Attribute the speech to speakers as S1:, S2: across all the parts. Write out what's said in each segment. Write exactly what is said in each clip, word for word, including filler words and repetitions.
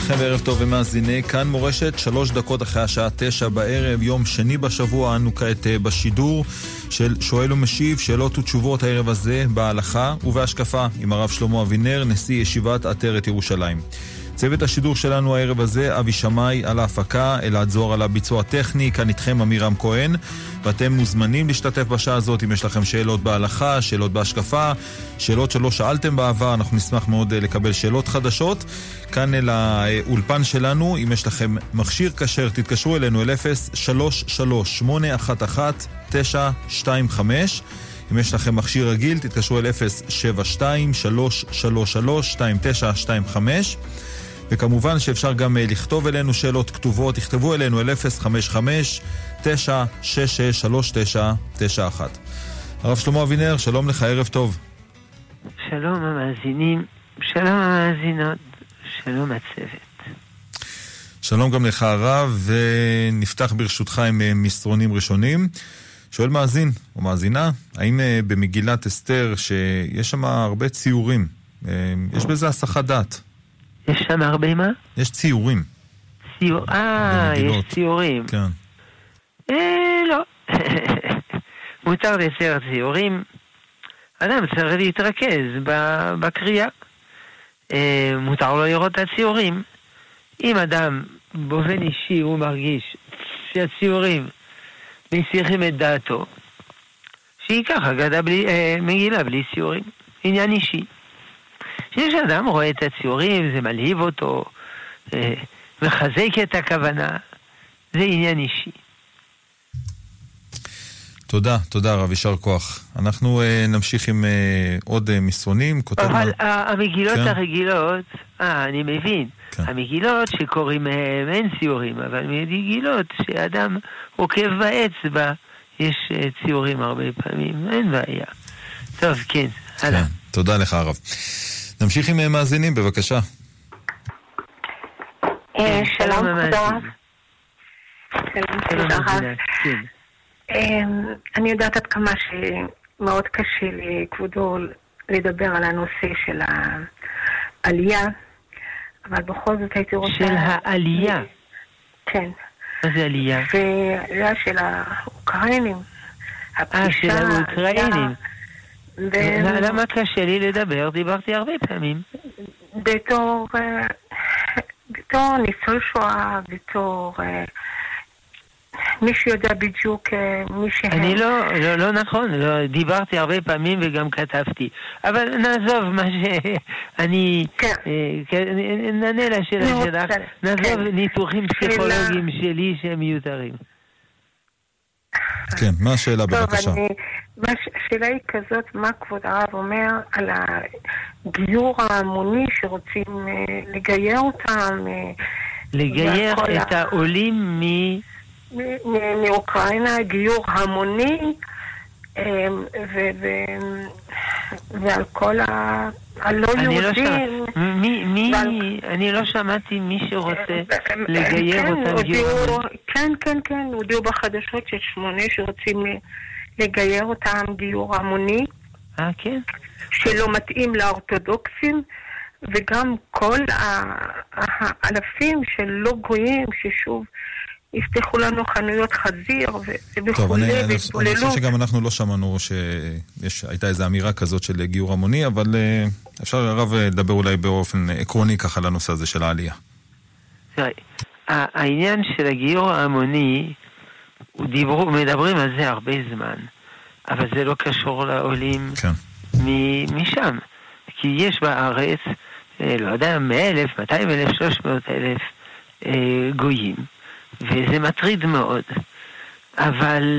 S1: לכם וערב טוב ומאזיני כאן מורשת, שלוש דקות אחרי השעה תשע בערב, יום שני בשבוע. אנו כעת בשידור של שואל ומשיב, שאלות ותשובות הערב הזה בהלכה ובהשקפה עם הרב שלמה אבינר, נשיא ישיבת עטרת ירושלים. צוות השידור שלנו הערב הזה, אבי שמאי על ההפקה, אלעד זוהר על הביצוע הטכני, כאן איתכם אמירם כהן, ואתם מוזמנים להשתתף בשעה הזאת אם יש לכם שאלות בהלכה, שאלות בהשקפה, שאלות שלא שאלתם בעבר, אנחנו נשמח מאוד לקבל שאלות חדשות. כאן אל האולפן שלנו, אם יש לכם מכשיר כשר, תתקשרו אלינו אל אפס שלוש שלוש שמונה אחת אחת תשע שתיים חמש. אם יש לכם מכשיר רגיל, תתקשרו אל אפס שבע שתיים שלוש שלוש שלוש שתיים תשע שתיים חמש. וכמובן שאפשר גם לכתוב אלינו שאלות כתובות, תכתבו אלינו אל אפס חמש חמש תשע שש שש שלוש תשע תשע אחת. הרב שלמה אבינר, שלום לך, ערב טוב.
S2: שלום המאזינים, שלום המאזינות, שלום הצוות.
S1: שלום גם לך הרב, ונפתח ברשותך עם מסרונים ראשונים. שואל מאזין או מאזינה, האם במגילת אסתר שיש שם הרבה ציורים, יש בזה הסחת דעת?
S2: יש שם הרבה מה?
S1: יש ציורים.
S2: ציור... אה, יש ציורים.
S1: כן.
S2: אה, לא. מותר לצייר ציורים. אדם צריך להתרכז בקריאה. אה, מותר לו לראות את הציורים. אם אדם באופן אישי הוא מרגיש שהציורים מסיחים את דעתו, שיקח אגדה בלי, אה, מגילה בלי ציורים. עניין אישי. שיש אדם רואה את הציורים, זה מלהיב אותו, אה, מחזק את הכוונה, זה עניין אישי.
S1: תודה, תודה רב, יישר כוח. אנחנו אה, נמשיך עם אה, עוד אה, מסרונים.
S2: אבל
S1: מה...
S2: המגילות
S1: כן?
S2: הרגילות, אה, אני מבין, כן. המגילות שקוראים מהם אין ציורים, אבל מגילות שאדם עוקב באצבע, יש אה, ציורים הרבה פעמים, אין בעיה. טוב, כן, הלאה. כן,
S1: תודה לך הרב. נמשיך עם מאזינים, בבקשה.
S3: שלום, תודה. שלום, תודה. אני יודעת עד כמה שמאוד קשה לכבודו לדבר על הנושא של העלייה, אבל בכל זאת הייתי רוצה...
S2: של העלייה?
S3: כן.
S2: מה זה עלייה?
S3: ועלייה של האוקראינים.
S2: אה, של האוקראינים. למה קשה לי לדבר? דיברתי הרבה פעמים.
S3: בתור בתור ניצול שואה, בתור מי שיודע בדיוק מי שהם.
S2: אני לא, לא, לא נכון, לא, דיברתי הרבה פעמים וגם כתבתי. אבל נעזוב מה שאני, נענה לשאלה שלך, נעזוב ניתוחים פסיכולוגיים שלי שהם מיותרים.
S1: כן, מה השאלה בבקשה?
S3: השאלה היא כזאת, מה כבוד הרב אומר על הגיור ההמוני שרוצים לגייר אותם?
S2: לגייר את העולים מ...
S3: מאוקראינה, גיור המוני, ועל כל הלא יהודים.
S2: אני לא שמעתי מי שרוצה לגייר אותם גיור המוני.
S3: כן, כן, כן, הודיעו בחדשות של שמונה שרוצים לגייר אותם גיור המוני.
S2: אה, כן?
S3: שלא מתאים לאורתודוקסים, וגם כל האלפים של לא גויים ששוב יפתחו לנו חנויות חזיר וכו' והתבוללו.
S1: אני חושב שגם אנחנו לא שמענו שהייתה איזו אמירה כזאת של גיור המוני, אבל אפשר הרב לדבר אולי באופן עקרוני ככה לנושא הזה של העלייה.
S2: תראי, העניין של הגיור ההמוני, דיברו, מדברים על זה הרבה זמן, אבל זה לא קשור לעולים
S1: כן.
S2: משם. כי יש בארץ, לא יודע, מאה אלף, מאתיים אלף, שלוש מאות אלף גויים, וזה מטריד מאוד. אבל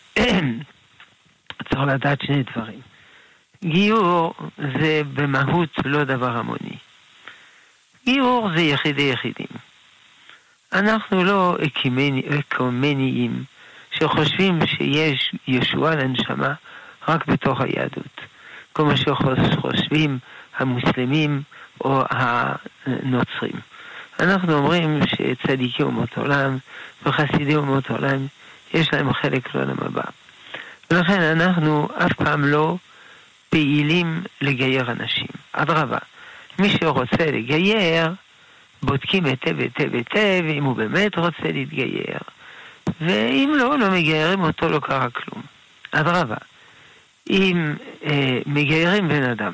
S2: צריך לדעת שני דברים. גיור זה במהות לא דבר המוני. גיור זה יחידי יחידים. אנחנו לא אקומניים שחושבים שיש ישוע לנשמה רק בתוך היהדות. כמו שחושבים המוסלמים או הנוצרים. אנחנו אומרים שצדיקי אומות עולם וחסידי אומות עולם יש להם חלק לעולם הבא. ולכן אנחנו אף פעם לא פעילים לגייר אנשים. אדרבה, מי שרוצה לגייר בודקים היטב היטב היטב אם הוא באמת רוצה להתגייר, ואם לא, לא מגיירים אותו, לא קרה כלום. אדרבה, אם אה, מגיירים בן אדם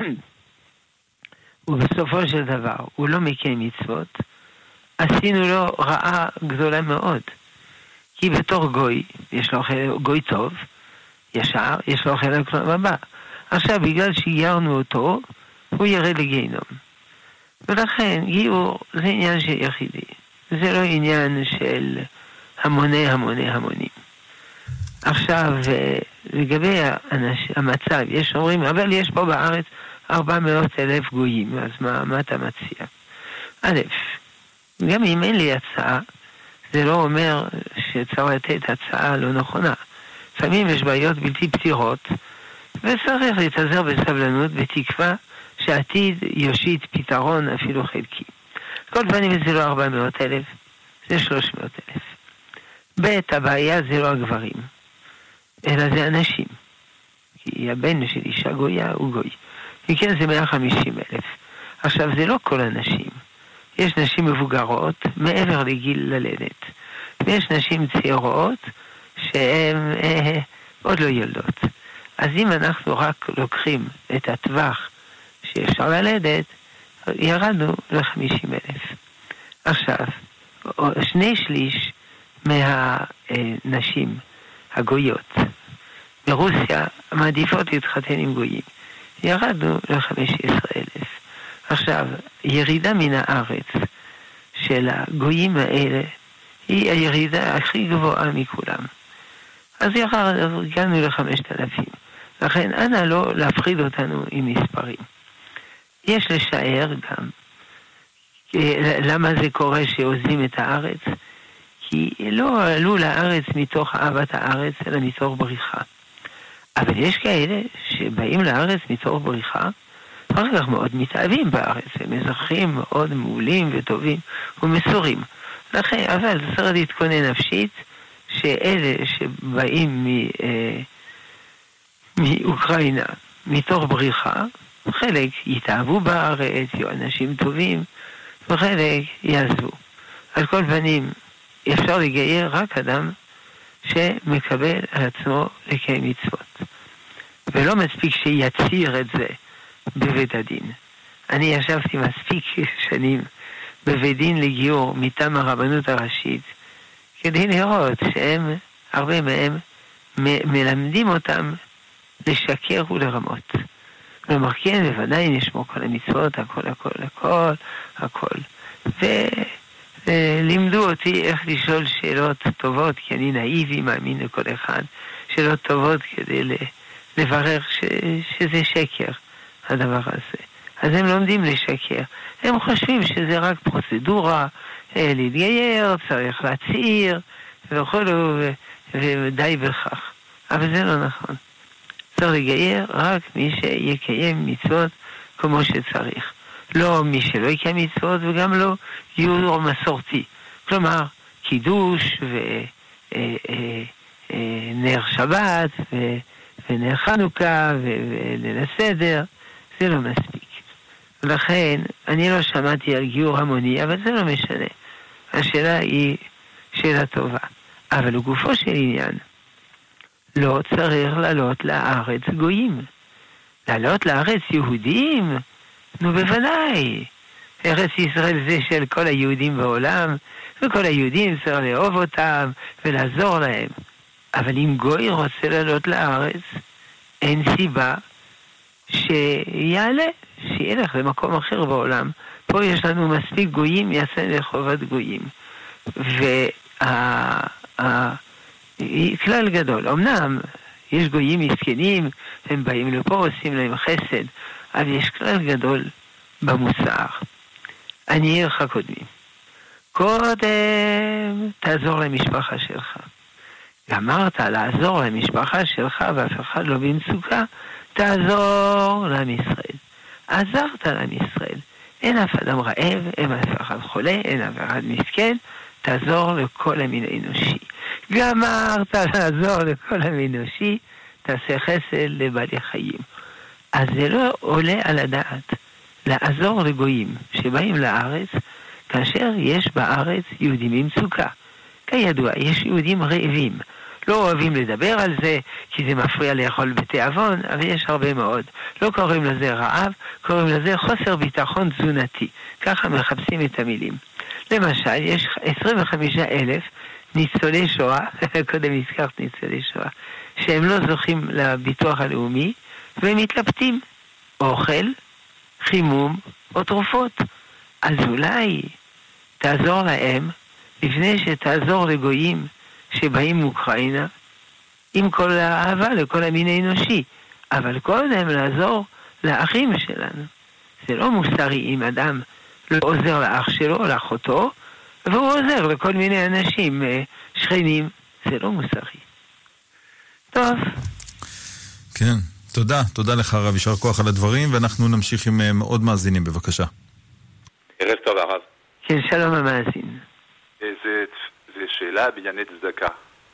S2: ובסופו של דבר הוא לא מקיים מצוות, עשינו לו רעה גדולה מאוד. כי בתור גוי, יש לו גוי טוב, ישר, יש לו חלק הבא. עכשיו, בגלל שגיירנו אותו, הוא ירד לגיהנום. ולכן, גיור זה עניין של יחידי. זה לא עניין של המוני המוני המונים. עכשיו, לגבי האנש, המצב, יש אומרים, אבל יש פה בארץ ארבע מאות אלף גויים, אז מה, מה אתה מציע? א', גם אם אין לי הצעה, זה לא אומר שצריך לתת הצעה לא נכונה. לפעמים יש בעיות בלתי פתירות, וצריך להתעזר בסבלנות, בתקווה שעתיד יושיט פתרון אפילו חלקי. כל פנים זה לא ארבע מאות אלף, זה שלוש מאות אלף. ב' הבעיה זה לא הגברים, אלא זה אנשים. כי הבן של אישה גויה הוא גוי. וכן זה מאה וחמישים אלף. עכשיו זה לא כל הנשים. יש נשים מבוגרות מעבר לגיל ללדת. ויש נשים צעירות שהן אה, עוד לא ילדות. אז אם אנחנו רק לוקחים את הטווח שאפשר ללדת, ירדנו ל-חמישים אלף. עכשיו, שני שליש מהנשים הגויות ברוסיה מעדיפות להתחתן עם גויים. ירדנו ל-חמש עשרה אלף. עכשיו, ירידה מן הארץ של הגויים האלה היא הירידה הכי גבוהה מכולם. אז הגענו ל-חמשת אלפים. לכן, אנא לא להפחיד אותנו עם מספרים. יש לשער גם למה זה קורה שעוזבים את הארץ, כי לא עלו לארץ מתוך אהבת הארץ, אלא מתוך בריחה. אבל יש כאלה שבאים לארץ מתוך בריחה, אחר כך מאוד מתאהבים בארץ, הם אזרחים מאוד מעולים וטובים ומסורים. לכן, אבל צריך להתכונן נפשית, שאלה שבאים מ, אה, מאוקראינה מתוך בריחה, חלק יתאהבו בארץ, יהיו אנשים טובים, וחלק יעזבו. על כל פנים, אפשר לגייר רק אדם שמקבל על עצמו לקיים מצוות. ולא מספיק שיציר את זה בבית הדין. אני ישבתי מספיק שנים בבית דין לגיור מטעם הרבנות הראשית, כדי לראות שהם, הרבה מהם, מ- מלמדים אותם לשקר ולרמות. כלומר, כן, בוודאי נשמור כל המצוות, הכל, הכל, הכל, הכל. ולימדו אותי איך לשאול שאלות טובות, כי אני נאיבי, מאמין לכל אחד, שאלות טובות כדי לברר ש... שזה שקר, הדבר הזה. אז הם לומדים לשקר. הם חושבים שזה רק פרוצדורה, להתגייר, צריך להצעיר, וכולו, ודי בכך. אבל זה לא נכון. צריך לגייר רק מי שיקיים מצוות כמו שצריך. לא מי שלא יקיים מצוות וגם לא גיור מסורתי. כלומר, קידוש ונר שבת ונר חנוכה וליל הסדר, זה לא מספיק. לכן, אני לא שמעתי על גיור המוני, אבל זה לא משנה. השאלה היא שאלה טובה. אבל לגופו של עניין, לא צריך לעלות לארץ גויים. לעלות לארץ יהודים? נו בוודאי. ארץ ישראל זה של כל היהודים בעולם, וכל היהודים צריך לאהוב אותם ולעזור להם. אבל אם גוי רוצה לעלות לארץ, אין סיבה שיעלה, שילך למקום אחר בעולם. פה יש לנו מספיק גויים, יעשה לחובת גויים. וה... כלל גדול. אמנם יש גויים מסכנים, הם באים לפה, עושים להם חסד, אבל יש כלל גדול במוסר. אני אהיה לך קודמים. קודם תעזור למשפחה שלך. גמרת לעזור למשפחה שלך ואף אחד לא במצוקה, תעזור לעם ישראל. עזרת לעם ישראל. אין אף אדם רעב, אין אף אחד חולה, אין אף אחד מסכן, תעזור לכל המין האנושי. גמרת לעזור לכל המין האנושי, תעשה חסד לבעלי חיים. אז זה לא עולה על הדעת לעזור לגויים שבאים לארץ, כאשר יש בארץ יהודים במצוקה. כידוע, יש יהודים רעבים. לא אוהבים לדבר על זה, כי זה מפריע לאכול בתיאבון, אבל יש הרבה מאוד. לא קוראים לזה רעב, קוראים לזה חוסר ביטחון תזונתי. ככה מחפשים את המילים. למשל, יש עשרים וחמישה אלף ניצולי שואה, קודם הזכרת ניצולי שואה, שהם לא זוכים לביטוח הלאומי, והם מתלבטים. אוכל, חימום או תרופות. אז אולי תעזור להם, לפני שתעזור לגויים שבאים מאוקראינה, עם כל האהבה לכל המין האנושי. אבל קודם לעזור לאחים שלנו. זה לא מוסרי אם אדם לא עוזר לאח שלו או לאחותו, והוא עוזר לכל מיני אנשים שכנים. זה לא מוסרי. טוב.
S1: כן, תודה. תודה לך הרב, יישר כוח על הדברים, ואנחנו נמשיך עם עוד מאזינים, בבקשה.
S4: ערב טוב הרב.
S2: כן, שלום המאזין.
S4: זו שאלה בענייני צדקה.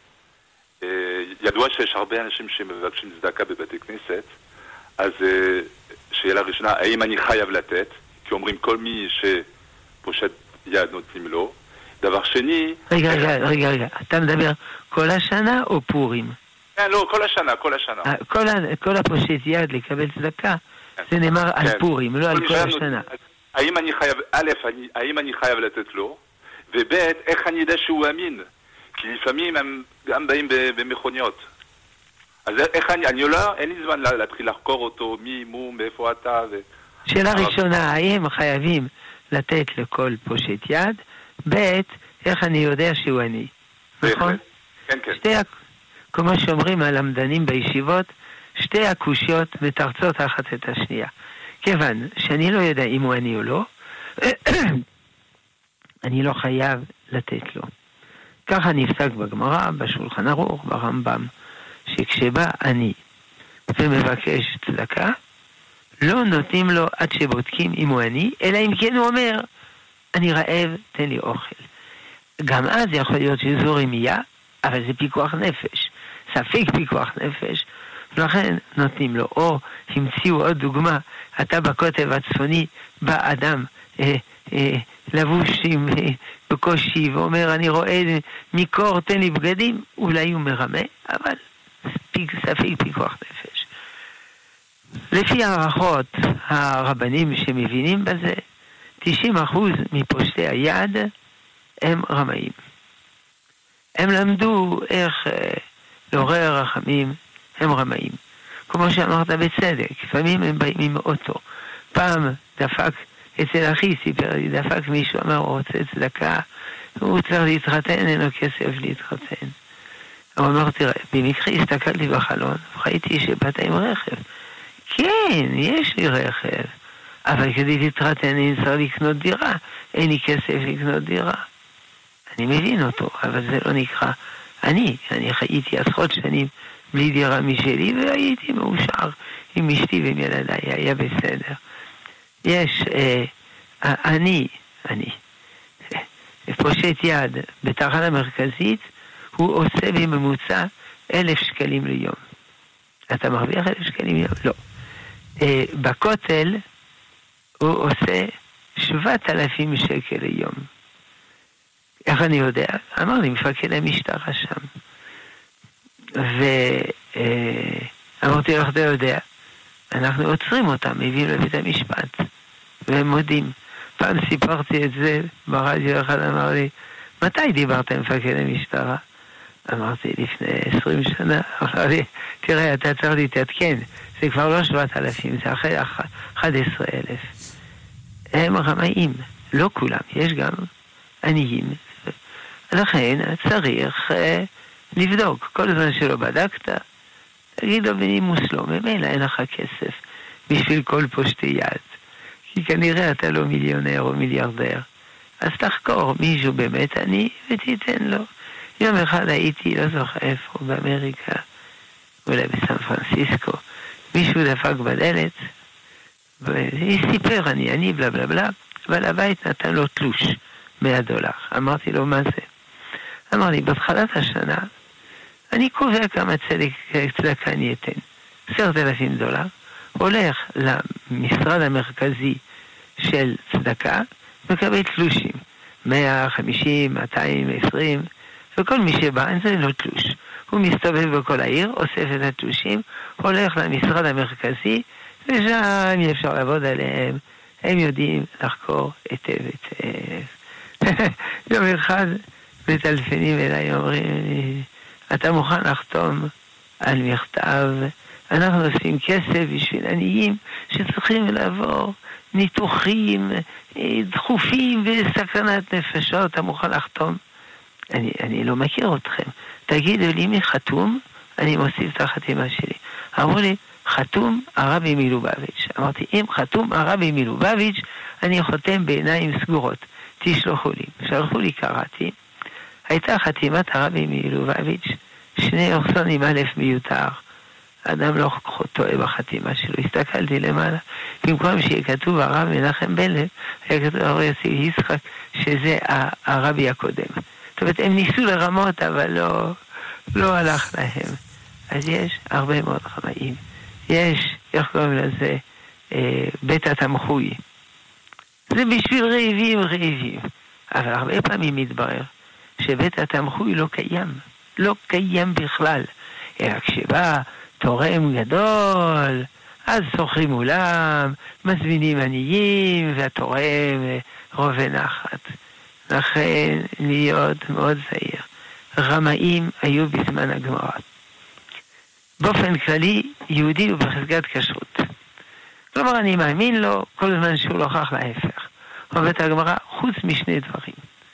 S4: ידוע שיש הרבה אנשים שמבקשים צדקה בבתי כנסת, אז שאלה ראשונה, האם אני חייב לתת? כי אומרים כל מי שפושט יד נותנים לו. דבר שני...
S2: רגע, רגע, רגע, רגע. אתה מדבר כל השנה או פורים?
S4: כן, לא, כל השנה, כל השנה.
S2: כל, כל הפושט יד לקבל צדקה, זה נאמר על פורים, לא על כל השנה.
S4: האם אני חייב, א', האם אני חייב לתת לו? וב', איך אני יודע שהוא אמין? כי לפעמים הם גם באים במכוניות. אז איך אני, אני לא, אין לי זמן להתחיל לחקור אותו, מי, מו, מאיפה אתה ו...
S2: שאלה ראשונה, האם חייבים לתת לכל פושט יד? ב', איך אני יודע שהוא אני? נכון?
S4: כן, כן.
S2: שתי, כמו שאומרים הלמדנים בישיבות, שתי הקושיות מתרצות אחת את השנייה. כיוון שאני לא יודע אם הוא אני או לא, אני לא חייב לתת לו. ככה נפסק בגמרא, בשולחן ערוך, ברמב"ם, שכשבא אני ומבקש צדקה, לא נותנים לו עד שבודקים אם הוא אני, אלא אם כן הוא אומר, אני רעב, תן לי אוכל. גם אז יכול להיות שזו רמייה, אבל זה פיקוח נפש. ספק פיקוח נפש, ולכן נותנים לו. או המציאו עוד דוגמה, אתה בקוטב הצפוני, בא אדם אה, אה, לבוש עם אה, בקושי, ואומר, אני רואה מקור, תן לי בגדים, אולי הוא מרמה, אבל ספיק, ספק פיקוח נפש. לפי הערכות הרבנים שמבינים בזה, תשעים אחוז מפושטי היד הם רמאים. הם למדו איך אה, לעורר רחמים, הם רמאים. כמו שאמרת בצדק, לפעמים הם באים עם אוטו. פעם דפק, אצל אחי סיפר לי, דפק מישהו, אמר, הוא רוצה צדקה, הוא צריך להתחתן, אין לו כסף להתחתן. הוא אמר, תראה, במקרה הסתכלתי בחלון, ראיתי שבאת עם רכב. כן, יש לי רכב, אבל כדי להתחתן אני צריך לקנות דירה, אין לי כסף לקנות דירה. אני מבין אותו, אבל זה לא נקרא אני. אני חייתי עשרות שנים בלי דירה משלי, והייתי מאושר עם אשתי ועם ילדיי, היה בסדר. יש, אה, אני, אני, פושט יד בתחנה המרכזית, הוא עושה בממוצע אלף שקלים ליום. אתה מרוויח אלף שקלים ליום? לא. אה, בכותל הוא עושה שבעת אלפים שקל ליום. איך אני יודע? אמר לי, מפקד המשטרה שם. ואמרתי לך, אתה יודע, אנחנו עוצרים אותם, מביאים לבית המשפט, והם מודים. פעם סיפרתי את זה ברדיו, אחד אמר לי, מתי דיברת עם מפקד המשטרה? אמרתי, לפני עשרים שנה. אמר לי, תראה, אתה צריך להתעדכן, זה כבר לא שבעת אלפים, זה אחרי אחד עשר אלף. הם רמאים, לא כולם, יש גם עניים. לכן צריך אה, לבדוק. כל זמן שלא בדקת, תגיד לו בנימוס לא, ממילא אין לך כסף בשביל כל פושטי יד. כי כנראה אתה לא מיליונר או מיליארדר. אז תחקור מישהו באמת עני ותיתן לו. יום אחד הייתי, לא זוכר איפה, באמריקה, אולי בסן פרנסיסקו, מישהו דפק בדלת, והיא סיפר, אני עני, בלה בלה בלה, אבל הבית נתן לו תלוש, מאה דולר. אמרתי לו, מה זה? אמר לי, בתחילת השנה, אני קובע כמה צדק, צדקה אני אתן. עשרת אלפים דולר, הולך למשרד המרכזי של צדקה, מקבל תלושים. מאה, חמישים, מאתיים, עשרים, וכל מי שבא, אין זה לא תלוש. הוא מסתובב בכל העיר, אוסף את התלושים, הולך למשרד המרכזי, ושם אפשר לעבוד עליהם. הם יודעים לחקור היטב היטב. יום אחד מטלפנים אליי, אומרים, אתה מוכן לחתום על מכתב, אנחנו עושים כסף בשביל עניים שצריכים לעבור ניתוחים דחופים וסכנת נפשות, אתה מוכן לחתום? אני, אני לא מכיר אתכם. תגידו לי מי חתום, אני מוסיף את החתימה שלי. אמרו לי, חתום הרבי מלובביץ'. אמרתי, אם חתום הרבי מלובביץ', אני חותם בעיניים סגורות. תשלחו לי. שלחו לי, קראתי. הייתה חתימת הרבי מלובביץ', שני אורסונים א' מיותר. אדם לא טועה בחתימה שלו. הסתכלתי למעלה. במקום שיהיה כתוב הרב מנחם בן לב, היה כתוב הרב יוסף יצחק, שזה הרבי הקודם. זאת אומרת, הם ניסו לרמות, אבל לא, לא הלך להם. אז יש הרבה מאוד רמאים. יש, איך קוראים לזה, אה, בית התמחוי. זה בשביל רעבים, רעבים. אבל הרבה פעמים מתברר שבית התמחוי לא קיים. לא קיים בכלל. אלא כשבא תורם גדול, אז שוכרים אולם, מזמינים עניים, והתורם רובה נחת. לכן להיות מאוד זהיר. רמאים היו בזמן הגמרא. באופן כללי, יהודי הוא בחזקת כשרות. כלומר, אני מאמין לו כל זמן שהוא לוכח להפך. אומרת הגמרא, חוץ משני דברים.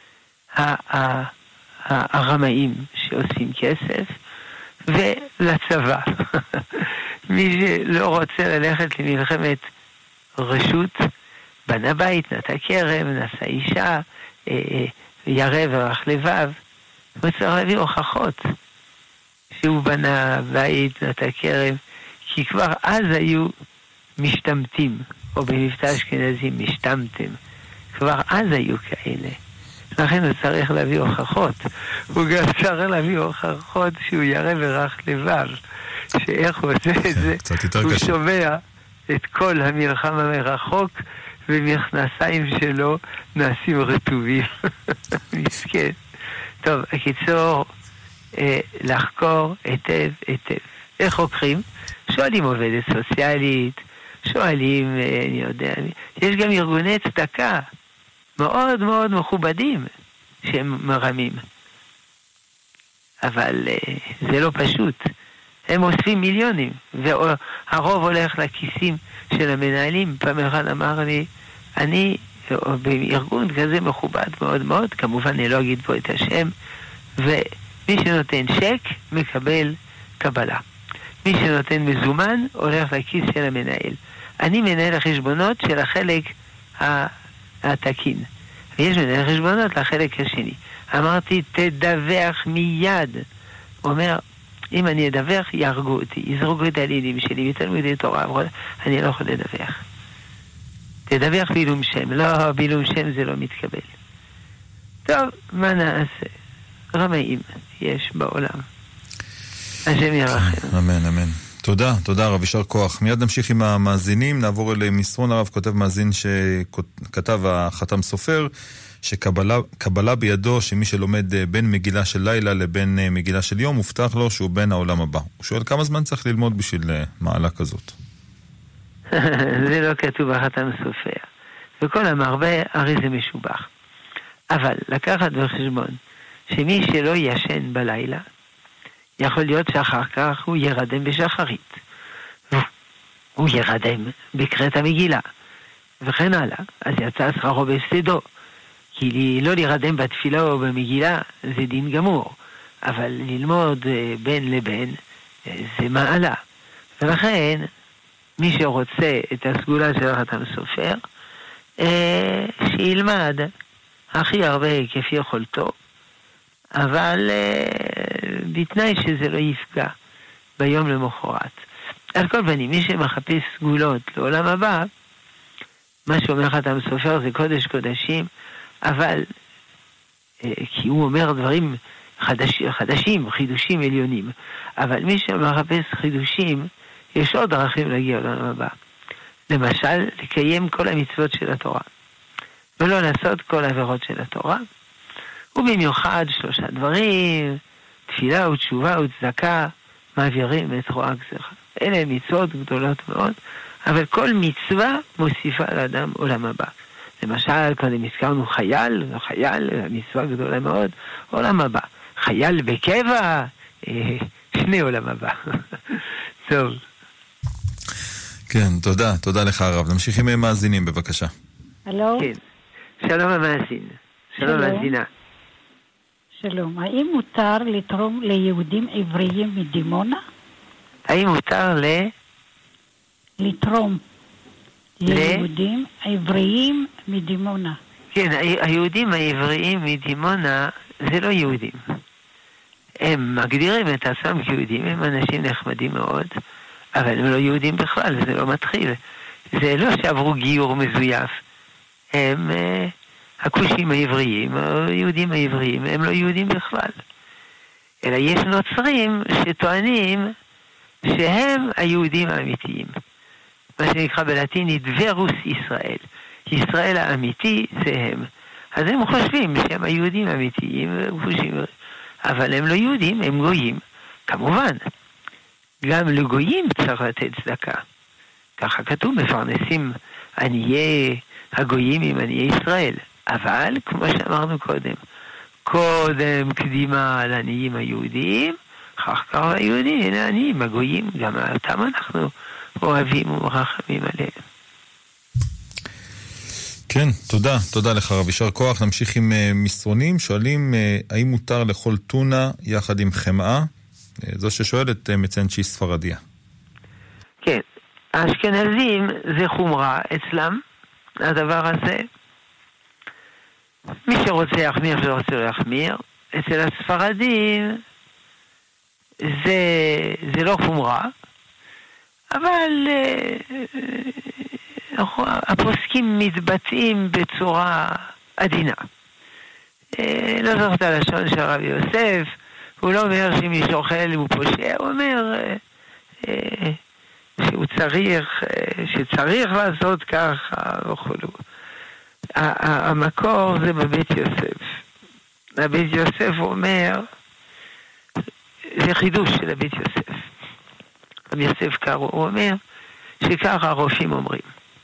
S2: הרמאים שעושים כסף, ולצבא. מי שלא רוצה ללכת למלחמת רשות, בנה בית, נטע כרם, נשא אישה, ירא ורח לבב, הוא צריך להביא הוכחות שהוא בנה בית, נטע כרם, כי כבר אז היו משתמטים, או במבטא אשכנזים משתמתם, כבר אז היו כאלה. לכן הוא צריך להביא הוכחות. הוא גם צריך להביא הוכחות שהוא ירא ורח לבב, שאיך הוא עושה את זה, הוא שומע את כל המלחמה מרחוק, ומכנסיים שלו נעשים רטובים. מסכן. טוב, הקיצור, אה, לחקור היטב היטב. איך חוקרים? שואלים עובדת סוציאלית, שואלים, אה, אני יודע, יש גם ארגוני צדקה מאוד מאוד מכובדים שהם מרמים. אבל אה, זה לא פשוט. הם אוספים מיליונים, והרוב הולך לכיסים של המנהלים. פעם אחד אמר לי, אני בארגון כזה מכובד מאוד מאוד, כמובן אני לא אגיד פה את השם, ומי שנותן שק מקבל קבלה. מי שנותן מזומן הולך לכיס של המנהל. אני מנהל החשבונות של החלק התקין. ויש מנהל חשבונות לחלק השני. אמרתי, תדווח מיד. הוא אומר, אם אני אדווח, יהרגו אותי, יזרקו את הלילים שלי, בתלמודי תורה, אני לא יכול לדווח. תדווח בעילום שם. לא, בעילום שם זה לא מתקבל. טוב, מה נעשה? רמאים יש בעולם. השם ירחם.
S1: אמן, אמן. תודה, תודה רב, יישר כוח. מיד נמשיך עם המאזינים, נעבור אל מסרון הרב, כותב מאזין שכתב החתם סופר, שקבלה בידו שמי שלומד בין מגילה של לילה לבין מגילה של יום, מובטח לו שהוא בין העולם הבא. הוא שואל כמה זמן צריך ללמוד בשביל מעלה כזאת.
S2: זה לא כתוב בחתם סופר. וכל המרבה הרי זה משובח. אבל לקחת בחשבון שמי שלא ישן בלילה, יכול להיות שאחר כך הוא ירדם בשחרית. הוא ירדם בקראת המגילה. וכן הלאה. אז יצא שכרו בהפסדו. כי לא להירדם בתפילה או במגילה זה דין גמור, אבל ללמוד בין לבין זה מעלה. ולכן מי שרוצה את הסגולה של החתם סופר, שילמד הכי הרבה כפי יכולתו, אבל בתנאי שזה לא יפגע ביום למחרת. על כל פנים, מי שמחפש סגולות לעולם הבא, מה שאומר חתם סופר זה קודש קודשים, אבל, כי הוא אומר דברים חדשים, חדשים, חידושים עליונים, אבל מי שמחפש חידושים, יש עוד דרכים להגיע לעולם הבא. למשל, לקיים כל המצוות של התורה. ולא לעשות כל העבירות של התורה. ובמיוחד שלושה דברים, תפילה ותשובה וצדקה, מעבירים את רוע הגזירה. אלה מצוות גדולות מאוד, אבל כל מצווה מוסיפה לאדם עולם הבא. למשל, קודם הזכרנו חייל, חייל, מצווה גדולה מאוד, עולם הבא. חייל בקבע, אה, שני עולם הבא. טוב.
S1: כן, תודה, תודה לך הרב. נמשיך עם מאזינים, בבקשה.
S5: הלו?
S2: כן, שלום המאזין. שלום מאזינה.
S5: שלום, האם מותר לתרום ליהודים עבריים מדימונה?
S2: האם מותר ל...
S5: לתרום ליהודים עבריים מדימונה?
S2: כן, היהודים העבריים מדימונה זה לא יהודים. הם מגדירים את עצמם כיהודים, הם אנשים נחמדים מאוד, אבל הם לא יהודים בכלל, זה לא מתחיל. זה לא שעברו גיור מזויף. הם uh, הכושים העבריים, היהודים העבריים, הם לא יהודים בכלל. אלא יש נוצרים שטוענים שהם היהודים האמיתיים. מה שנקרא בלטינית ורוס ישראל. ישראל האמיתי זה הם. אז הם חושבים שהם היהודים האמיתיים, אבל הם לא יהודים, הם גויים. כמובן, גם לגויים צריך לתת צדקה. ככה כתוב, מפרנסים עניי הגויים עם עניי ישראל. אבל, כמו שאמרנו קודם, קודם קדימה על עניים היהודים, אחר כך היהודים, הנה עניים, הגויים, גם אותם אנחנו אוהבים ומרחמים עליהם.
S1: כן, תודה, תודה לך רב, יישר כוח. נמשיך עם uh, מסרונים, שואלים uh, האם מותר לאכול טונה יחד עם חמאה? Uh, זו ששואלת uh, מציין שהיא ספרדיה.
S2: כן, האשכנזים זה חומרה אצלם, הדבר הזה. מי שרוצה להחמיר שלא רוצה להחמיר, אצל הספרדים זה, זה לא חומרה, אבל uh, הפוסקים מתבטאים בצורה עדינה. Uh, לא זוכרת הלשון של הרב יוסף, הוא לא אומר שמי שאוכל הוא פושע, הוא אומר uh, uh, שהוא צריך, uh, שצריך לעשות ככה וכולו. המקור זה בבית יוסף. הבית יוסף אומר, זה חידוש של הבית יוסף. רבי יוסף קארו, הוא אומר שככה הרופאים אומרים.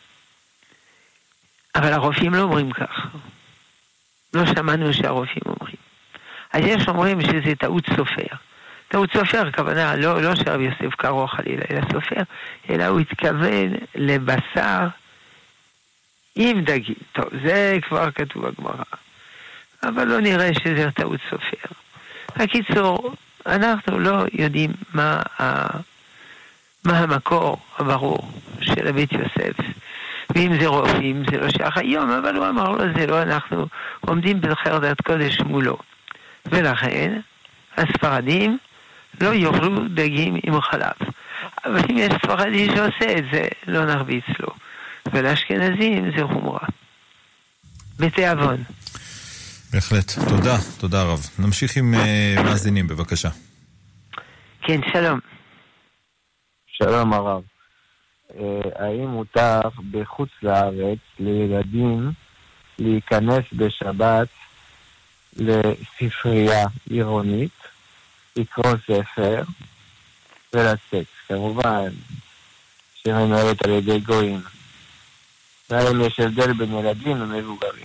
S2: אבל הרופאים לא אומרים כך. לא שמענו שהרופאים אומרים. אז יש אומרים שזה טעות סופר. טעות סופר, הכוונה לא, לא שרבי יוסף קארו חלילה, אלא סופר, אלא הוא התכוון לבשר עם דגים. טוב, זה כבר כתוב בגמרא. אבל לא נראה שזה טעות סופר. בקיצור, אנחנו לא יודעים מה, ה... מה המקור הברור של הבית יוסף. ואם זה רופאים, זה לא שייך היום, אבל הוא אמר לו, זה לא, אנחנו עומדים בחרדת קודש מולו. ולכן, הספרדים לא יאכלו דגים עם חלב. אבל אם יש ספרדי שעושה את זה, לא נרביץ לו. ולאשכנזים זה חומרה. בתיאבון.
S1: בהחלט. תודה, תודה רב. נמשיך עם uh, מאזינים, בבקשה.
S2: כן, שלום.
S6: שלום הרב. Uh, האם מותר בחוץ לארץ לילדים להיכנס בשבת לספרייה עירונית, לקרוא ספר ולצאת? כמובן שמנהלת על ידי גויים. והאם יש הבדל בין ילדים ומבוגרים?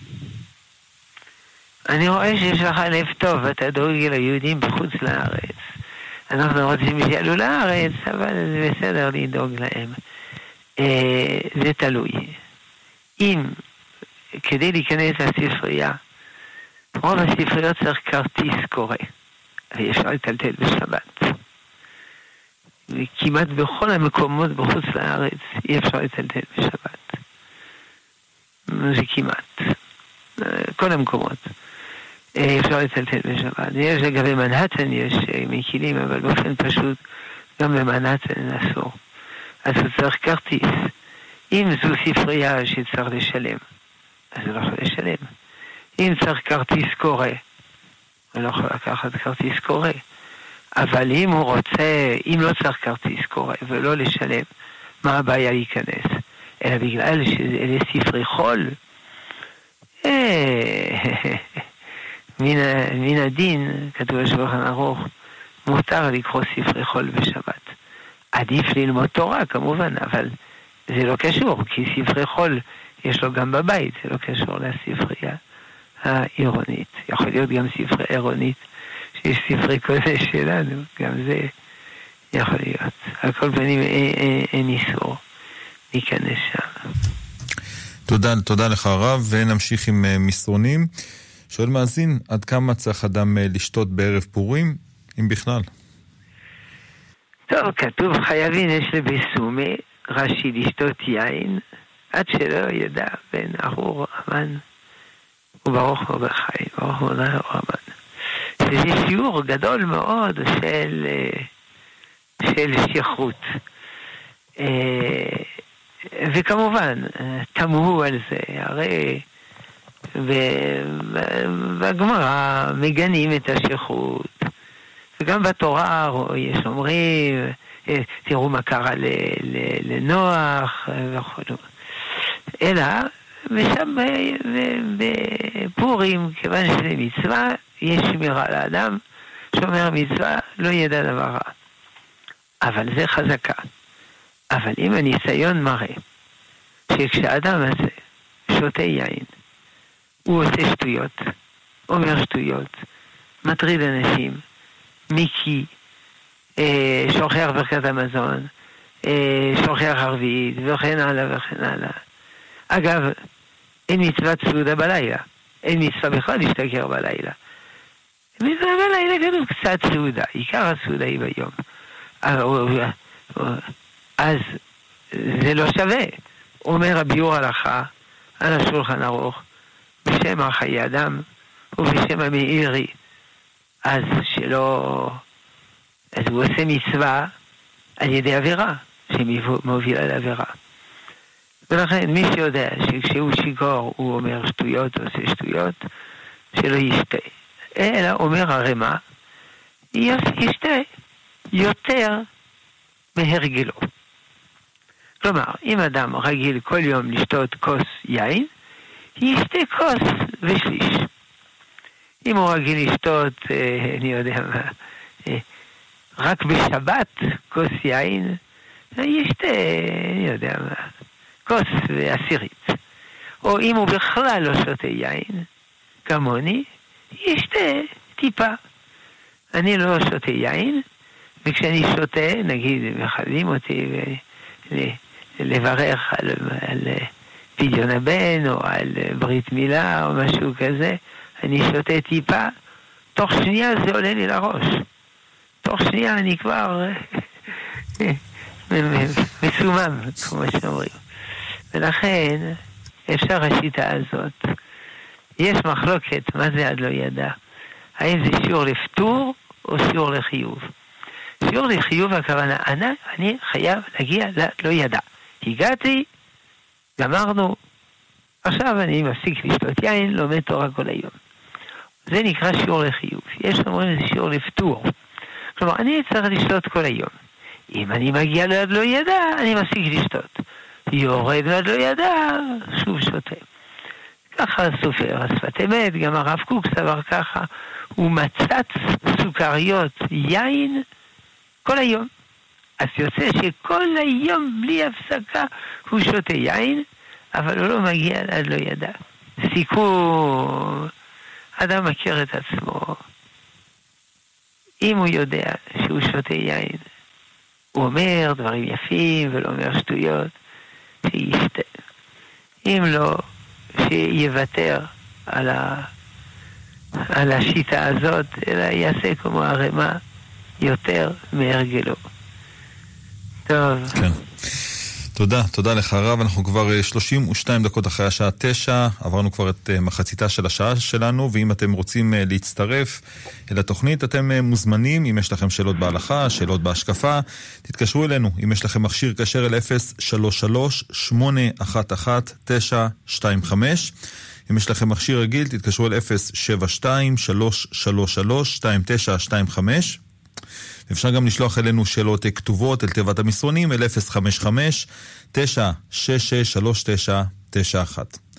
S2: אני רואה שיש לך לב טוב, אתה דואג ליהודים בחוץ לארץ. אנחנו רוצים שיעלו לארץ, אבל זה בסדר לדאוג להם. אה, זה תלוי. אם כדי להיכנס לספרייה, רוב הספריות צריך כרטיס קורא, ואי אפשר לטלטל בשבת. וכמעט בכל המקומות בחוץ לארץ אי אפשר לטלטל בשבת. זה כמעט. כל המקומות. אפשר לטלטל בשבת. יש לגבי מנהטן, יש מקילים, אבל באופן פשוט גם במנהטן אסור. אז הוא צריך כרטיס. אם זו ספרייה שצריך לשלם, אז הוא לא יכול לשלם. אם צריך כרטיס קורא, הוא לא יכול לקחת כרטיס קורא. אבל אם הוא רוצה, אם לא צריך כרטיס קורא ולא לשלם, מה הבעיה להיכנס? אלא בגלל שאלה ספרי חול, מן הדין, כתוב בשולחן ערוך, מותר לקרוא ספרי חול בשבת. עדיף ללמוד תורה כמובן, אבל זה לא קשור, כי ספרי חול יש לו גם בבית, זה לא קשור לספרייה העירונית. יכול להיות גם ספרי עירונית, שיש ספרי קודש שלנו, גם זה יכול להיות. על כל פנים אין איסור להיכנס שם.
S1: תודה, תודה לך הרב, ונמשיך עם מסרונים. שואל מאזין, עד כמה צריך אדם לשתות בערב פורים, אם בכלל?
S2: טוב, כתוב חייבים יש לבסומי, רש"י לשתות יין, עד שלא ידע בן ארור אמן, וברוך מרדכי, ברוך מרדכי אמן. שזה שיעור גדול מאוד של, של שכרות. וכמובן, תמהו על זה, הרי בגמרא מגנים את השכרות, וגם בתורה יש אומרים, תראו מה קרה לנוח וכו'. אלא, ושם בפורים, כיוון שזה מצווה, יש שמירה לאדם, שומר מצווה, לא ידע דבר רע. אבל זה חזקה. אבל אם הניסיון מראה, שכשאדם הזה שותה יין, הוא עושה שטויות, אומר שטויות, מטריד אנשים, מיקי, אה, שוכח ברכת המזון, אה, שוכח ערבית, וכן הלאה וכן הלאה. אגב, אין מצוות סעודה בלילה, אין מצווה בכלל להשתכר בלילה. מצווה בלילה כתוב קצת סעודה, עיקר הסעודה היא ביום. אז זה לא שווה. אומר הביאור הלכה על השולחן ערוך, בשם החיי אדם ובשם המאירי, אז שלא, אז הוא עושה מצווה על ידי עבירה, שמובילה לעבירה. ולכן מי שיודע שכשהוא שיכור הוא אומר שטויות, הוא עושה שטויות, שלא ישתה. אלא אומר הרמה, ישתה יותר מהרגלו. כלומר, אם אדם רגיל כל יום לשתות כוס יין, ישתה כוס ושליש. אם הוא רגיל לשתות, אה, אני יודע מה, אה, רק בשבת כוס יין, ישתה, אני יודע מה, כוס ועשירית. או אם הוא בכלל לא שותה יין, כמוני, ישתה טיפה. אני לא שותה יין, וכשאני שותה, נגיד, מחייבים אותי לברך על, על פדיון הבן, או על ברית מילה, או משהו כזה, אני שותה טיפה, תוך שנייה זה עולה לי לראש. תוך שנייה אני כבר מסומם, כמו שאומרים. ולכן, אפשר השיטה הזאת. יש מחלוקת, מה זה עד לא ידע? האם זה שיעור לפטור, או שיעור לחיוב? שיעור לחיוב הכוונה, אני, אני חייב להגיע לא ידע. הגעתי, גמרנו, עכשיו אני מפסיק לשתות יין, לומד תורה כל היום. זה נקרא שיעור לחיוב. יש אומרים זה שיעור לפטור. כלומר, אני צריך לשתות כל היום. אם אני מגיע לעד לא ידע, אני מפסיק לשתות. יורד לעד לא ידע, שוב שותה. ככה הסופר, השפת אמת, גם הרב קוק סבר ככה, הוא מצץ סוכריות יין כל היום. אז יוצא שכל היום בלי הפסקה הוא שותה יין, אבל הוא לא מגיע עד לא ידע. סיכום, אדם מכיר את עצמו. אם הוא יודע שהוא שותה יין, הוא אומר דברים יפים ולא אומר שטויות, שישתה. אם לא, שיוותר על, ה... על השיטה הזאת, אלא יעשה כמו הרמה יותר מהרגלו. טוב.
S1: כן. תודה, תודה לך רב. אנחנו כבר שלושים ושתיים דקות אחרי השעה תשע, עברנו כבר את מחציתה של השעה שלנו, ואם אתם רוצים להצטרף אל התוכנית, אתם מוזמנים. אם יש לכם שאלות בהלכה, שאלות בהשקפה, תתקשרו אלינו. אם יש לכם מכשיר, קשר אל אפס שלוש שלוש שמונה אחת אחת תשע שתיים חמש. אם יש לכם מכשיר רגיל, תתקשרו אל אפס שבע שתיים שלוש שלוש שלוש שתיים תשע שתיים חמש. אפשר גם לשלוח אלינו שאלות כתובות אל תיבת המסרונים אל אפס חמש חמש תשע שש שש שלוש תשע תשע אחת.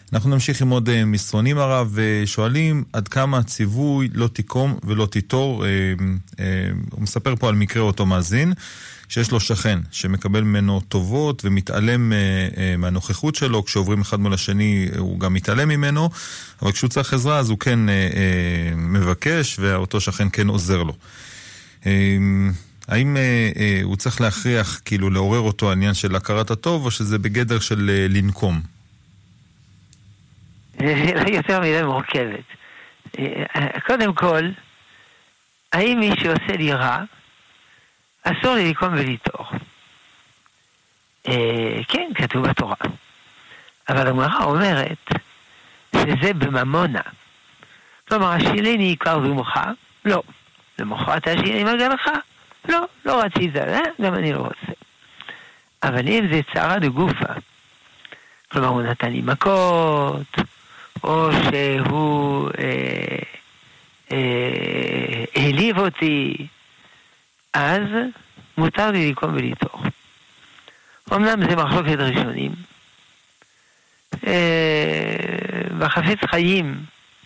S1: אנחנו נמשיך עם עוד מסרונים הרב, ושואלים עד כמה הציווי לא תיקום ולא תיתור. הוא מספר פה על מקרה אותו מאזין, שיש לו שכן שמקבל ממנו טובות ומתעלם מהנוכחות שלו, כשעוברים אחד מול השני הוא גם מתעלם ממנו, אבל כשהוא צריך עזרה אז הוא כן מבקש, ואותו שכן כן עוזר לו. האם הוא צריך להכריח, כאילו לעורר אותו העניין של הכרת הטוב, או שזה בגדר של לנקום?
S2: זה יותר מדי מורכבת. קודם כל, האם מי שעושה לי רע, אסור לי לקום וליטור? כן, כתוב בתורה. אבל הגמרא אומרת שזה בממונה. כלומר, השילני עיקר ומוחה? לא. למחרת השילני מגע לך? לא, לא רצית, אה? גם אני לא רוצה. אבל אם זה צערה דגופה, כלומר, הוא נתן לי מכות, או שהוא אה, אה, העליב אותי, אז מותר לי לקום וליטור. אמנם זה מחלוקת ראשונים. אה, בחפץ חיים,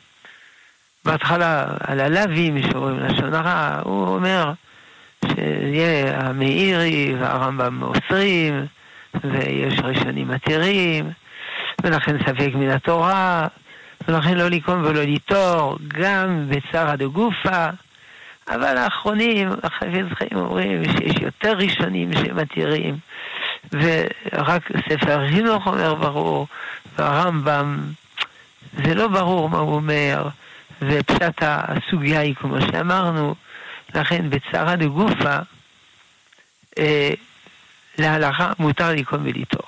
S2: בהתחלה על הלווים שאומרים לשון הרע, הוא אומר שיהיה המאירי והרמב"ם אוסרים, ויש ראשונים מתירים, ולכן ספק מן התורה, ולכן לא לקום ולא ליטור, גם בצערא דגופא. אבל האחרונים, החפץ חיים אומרים שיש יותר ראשונים שמתירים, ורק ספר חינוך אומר ברור, והרמב"ם זה לא ברור מה הוא אומר, ופשט הסוגיה היא כמו שאמרנו. לכן בצערא דגופא אה, להלכה מותר לקום וליטור.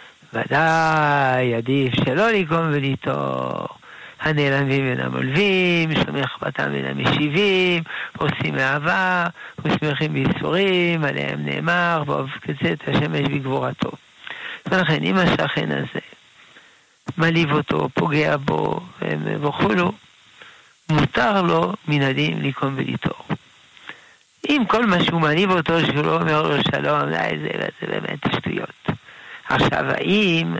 S2: ודאי עדיף שלא לקום וליטור. הנעלמים מן המולבים, שומר חבטם מן המשיבים, עושים אהבה, ושמחים בייסורים, עליהם נאמר, באוב קצת השמש בגבורתו. ולכן אם השכן הזה מליב אותו, פוגע בו וכולו, מותר לו מן הדין לקום וליטור. אם כל מה שהוא מליב אותו, שהוא לא אומר לו שלום, זה, זה, זה באמת שטויות. עכשיו, האם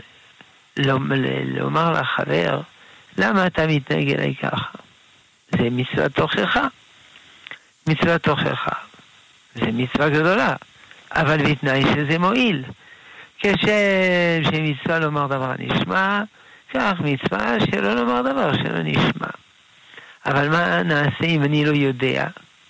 S2: לומר לחבר, למה אתה מתנהג אליי ככה? זה מצוות תוכחה. מצוות תוכחה. זה מצווה גדולה. אבל בתנאי שזה מועיל. כשם שמצווה לומר דבר נשמע, כך מצווה שלא לומר דבר שלא נשמע. אבל מה נעשה אם אני לא יודע?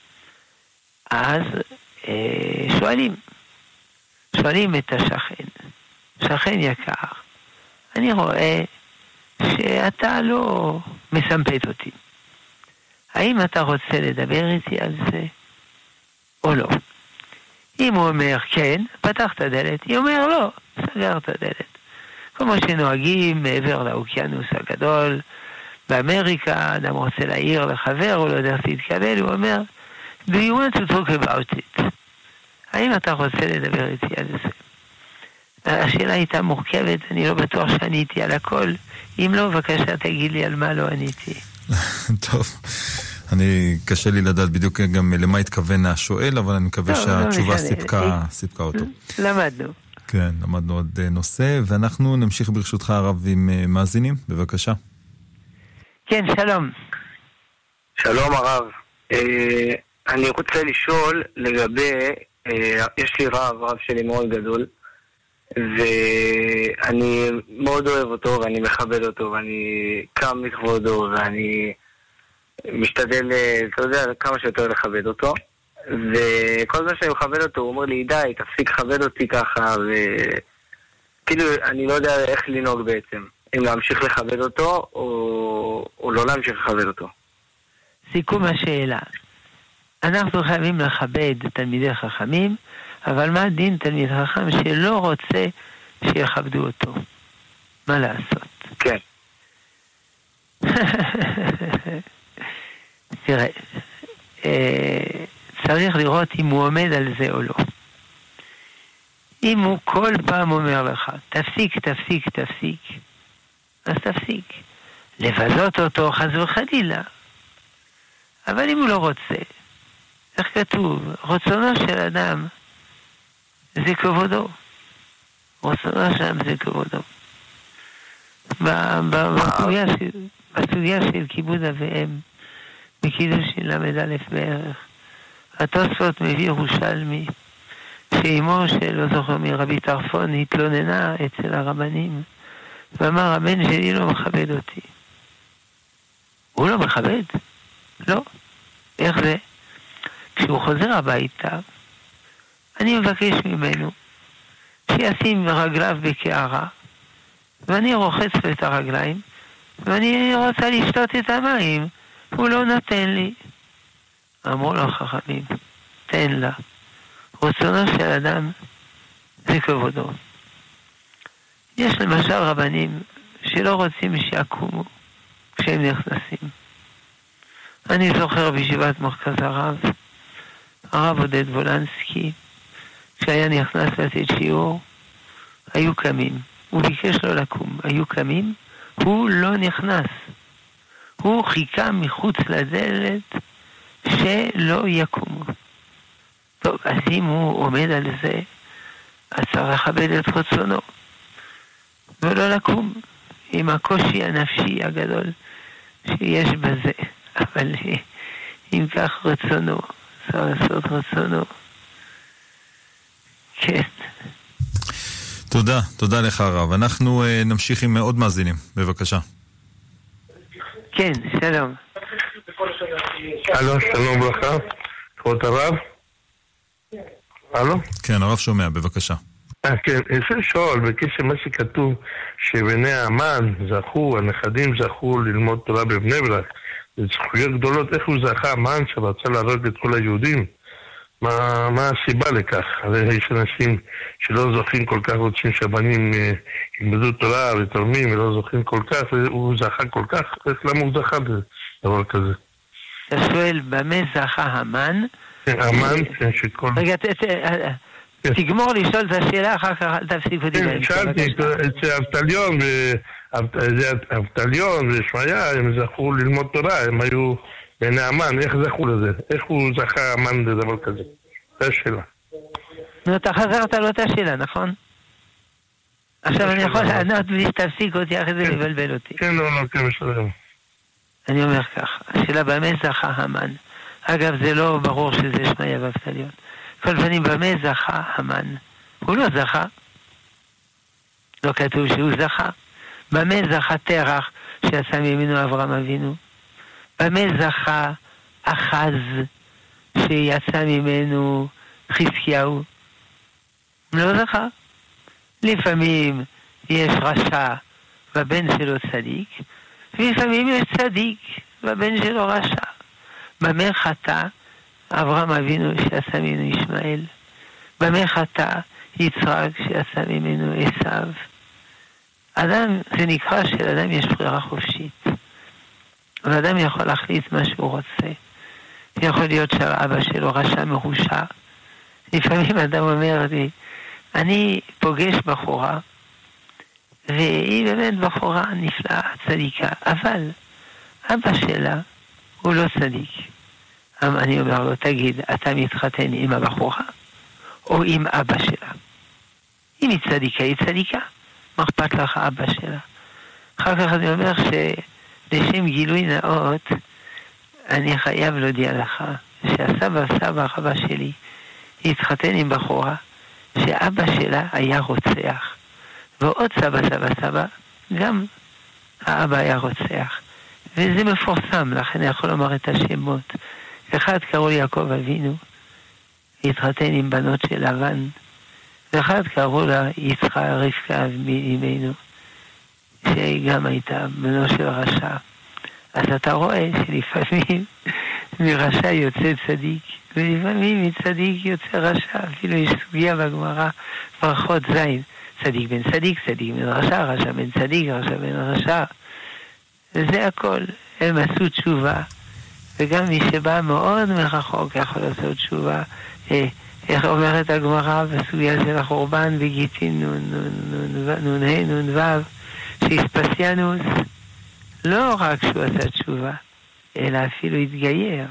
S2: אז אה, שואלים. שואלים את השכן. שכן יקר, אני רואה שאתה לא מסמפת אותי. האם אתה רוצה לדבר איתי על זה או לא? אם הוא אומר כן, פתח את הדלת. היא אומר לא, סגר את הדלת. כמו שנוהגים מעבר לאוקיינוס הגדול, באמריקה אדם רוצה להעיר לחבר, הוא לא יודע איך להתקבל, הוא אומר, do you want to talk about it? האם אתה רוצה לדבר איתי על זה? השאלה הייתה מורכבת, אני לא בטוח שעניתי על הכל. אם לא, בבקשה תגיד לי על מה לא עניתי.
S1: טוב, אני קשה לי לדעת בדיוק גם למה התכוון השואל, אבל אני מקווה שהתשובה סיפקה, סיפקה אותו.
S2: למדנו.
S1: כן, למדנו עוד נושא, ואנחנו נמשיך ברשותך הרב עם מאזינים, בבקשה.
S2: כן, שלום.
S6: שלום הרב. אני רוצה לשאול לגבי, יש לי רב, רב שלי מאוד גדול, ואני מאוד אוהב אותו ואני מכבד אותו ואני קם לכבודו ואני משתדל, אתה יודע, כמה שיותר לכבד אותו, וכל זמן שאני מכבד אותו הוא אומר לי די, תפסיק לכבד אותי ככה, וכאילו אני לא יודע איך לנהוג בעצם, אם להמשיך לכבד אותו או, או לא להמשיך לכבד אותו.
S2: סיכום השאלה, אנחנו חייבים לכבד תלמידי חכמים, אבל מה דין תלמיד חכם שלא רוצה שיכבדו אותו? מה לעשות?
S6: כן.
S2: תראה, צריך לראות אם הוא עומד על זה או לא. אם הוא כל פעם אומר לך, תפסיק, תפסיק, תפסיק, אז תפסיק. לבזות אותו חס וחלילה. אבל אם הוא לא רוצה, איך כתוב? רצונו של אדם זה כבודו. רצונו שם זה כבודו. בסוגיה של כיבוד אביהם, בקידוש של למד א' בערך, התוספות מביא ירושלמי, שאימו של לא זוכר מרבי טרפון התלוננה אצל הרבנים, ואמר, הבן שלי לא מכבד אותי. הוא לא מכבד? לא. איך זה? כשהוא חוזר הביתה, אני מבקש ממנו שישים רגליו בקערה, ואני רוחץ לו את הרגליים, ואני רוצה לשתות את המים, הוא לא נותן לי. אמרו לו חכמים, תן לה. רצונו של אדם זה כבודו. יש למשל רבנים שלא רוצים שיקומו כשהם נכנסים. אני זוכר בישיבת מרכז הרב, הרב עודד וולנסקי, כשהיה נכנס לתת שיעור, היו קמים. הוא ביקש לו לקום. היו קמים, הוא לא נכנס. הוא חיכה מחוץ לדלת שלא יקומו. טוב, אז אם הוא עומד על זה, אז צריך לכבד את רצונו. ולא לקום עם הקושי הנפשי הגדול שיש בזה. אבל אם כך רצונו, צריך לעשות רצונו. כן.
S1: תודה, תודה לך הרב. אנחנו uh, נמשיך עם עוד מאזינים, בבקשה.
S2: כן, שלום.
S7: הלו, שלום ברכה. כבוד הרב? הלו?
S1: כן, הרב שומע, בבקשה.
S7: אה, כן, אני רוצה לשאול, בקשר מה שכתוב, שבני האמן זכו, הנכדים זכו ללמוד תורה בבני ברק. זה זכויות גדולות, איך הוא זכה, המן שרצה להרוג את כל היהודים? מה, מה הסיבה לכך? הרי יש אנשים שלא זוכים כל כך, רוצים שהבנים אה, ילמדו תורה ותורמים ולא זוכים כל כך, והוא זכה כל כך, איך למה הוא זכה בדבר כזה?
S2: אתה שואל, במה זכה המן?
S7: כן, המן, כן, שכל...
S2: רגע, תגמור לשאול את השאלה, אחר כך תפסיק אותי.
S7: כן, שאלתי, אצל אבטליון אבטליון ושמיה, הם זכו ללמוד תורה, הם היו בני המן, איך זכו לזה? איך הוא זכה המן לדבר כזה? זו השאלה.
S2: נו, אתה חזרת לו את השאלה, נכון? עכשיו אני יכול לענות בלי שתפסיק אותי, אחרי זה לבלבל אותי.
S7: כן, לא, לא, כן, בסדר.
S2: אני אומר כך, השאלה במה זכה המן. אגב, זה לא ברור שזה שמיה ואבטליון. כל פנים, במה זכה המן? הוא לא זכה. לא כתוב שהוא זכה. במה זכה תרח שעשה ממנו אברהם אבינו? במה זכה אחז שיצא ממנו חזקיהו? לא זכה. לפעמים יש רשע והבן שלו צדיק, ולפעמים יש צדיק והבן שלו רשע. במה חטא אברהם אבינו שעשה ממנו ישמעאל? במה חטא יצחק שעשה ממנו עשיו? אדם, זה נקרא שלאדם יש בחירה חופשית. ואדם יכול להחליט מה שהוא רוצה. יכול להיות שהאבא שלו רשע מרושע. לפעמים אדם אומר לי, אני פוגש בחורה, והיא באמת בחורה נפלאה, צדיקה, אבל אבא שלה הוא לא צדיק. אני אומר לו, תגיד, אתה מתחתן עם הבחורה או עם אבא שלה? אם היא צדיקה, היא צדיקה. מה אכפת לך אבא שלה? אחר כך אני אומר שלשם גילוי נאות, אני חייב להודיע לך שהסבא סבא הרבא שלי התחתן עם בחורה שאבא שלה היה רוצח, ועוד סבא סבא סבא גם האבא היה רוצח, וזה מפורסם, לכן אני יכול לומר את השמות. אחד קראו יעקב אבינו, התחתן עם בנות של לבן, ואחד קראו לה יצחק רבקה אמנו, שהיא גם הייתה בנו של רשע. אז אתה רואה שלפעמים מרשע יוצא צדיק, ולפעמים מצדיק יוצא רשע. אפילו יש סוגיה בגמרא, ברכות זין, צדיק בן צדיק, צדיק בן רשע, רשע בן צדיק, רשע בן רשע. וזה הכל. הם עשו תשובה, וגם מי שבא מאוד מרחוק יכול לעשות תשובה. איך אומרת הגמרא בסוגיה של החורבן בגיטין נון ה' נון ו', שאספסיאנוס לא רק שהוא עשה תשובה, אלא אפילו התגייר.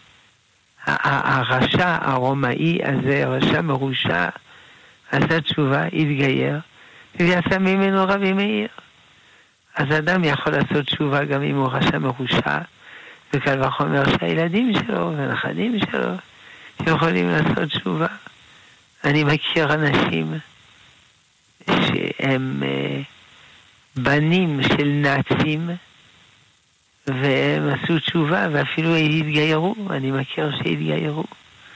S2: הרשע הרומאי הזה, הרשע מרושע, עשה תשובה, התגייר, ועשה ממנו רבי מאיר. אז אדם יכול לעשות תשובה גם אם הוא רשע מרושע, וקל וחומר שהילדים שלו והנכדים שלו יכולים לעשות תשובה. אני מכיר אנשים שהם בנים של נאצים, והם עשו תשובה ואפילו התגיירו. אני מכיר שהתגיירו.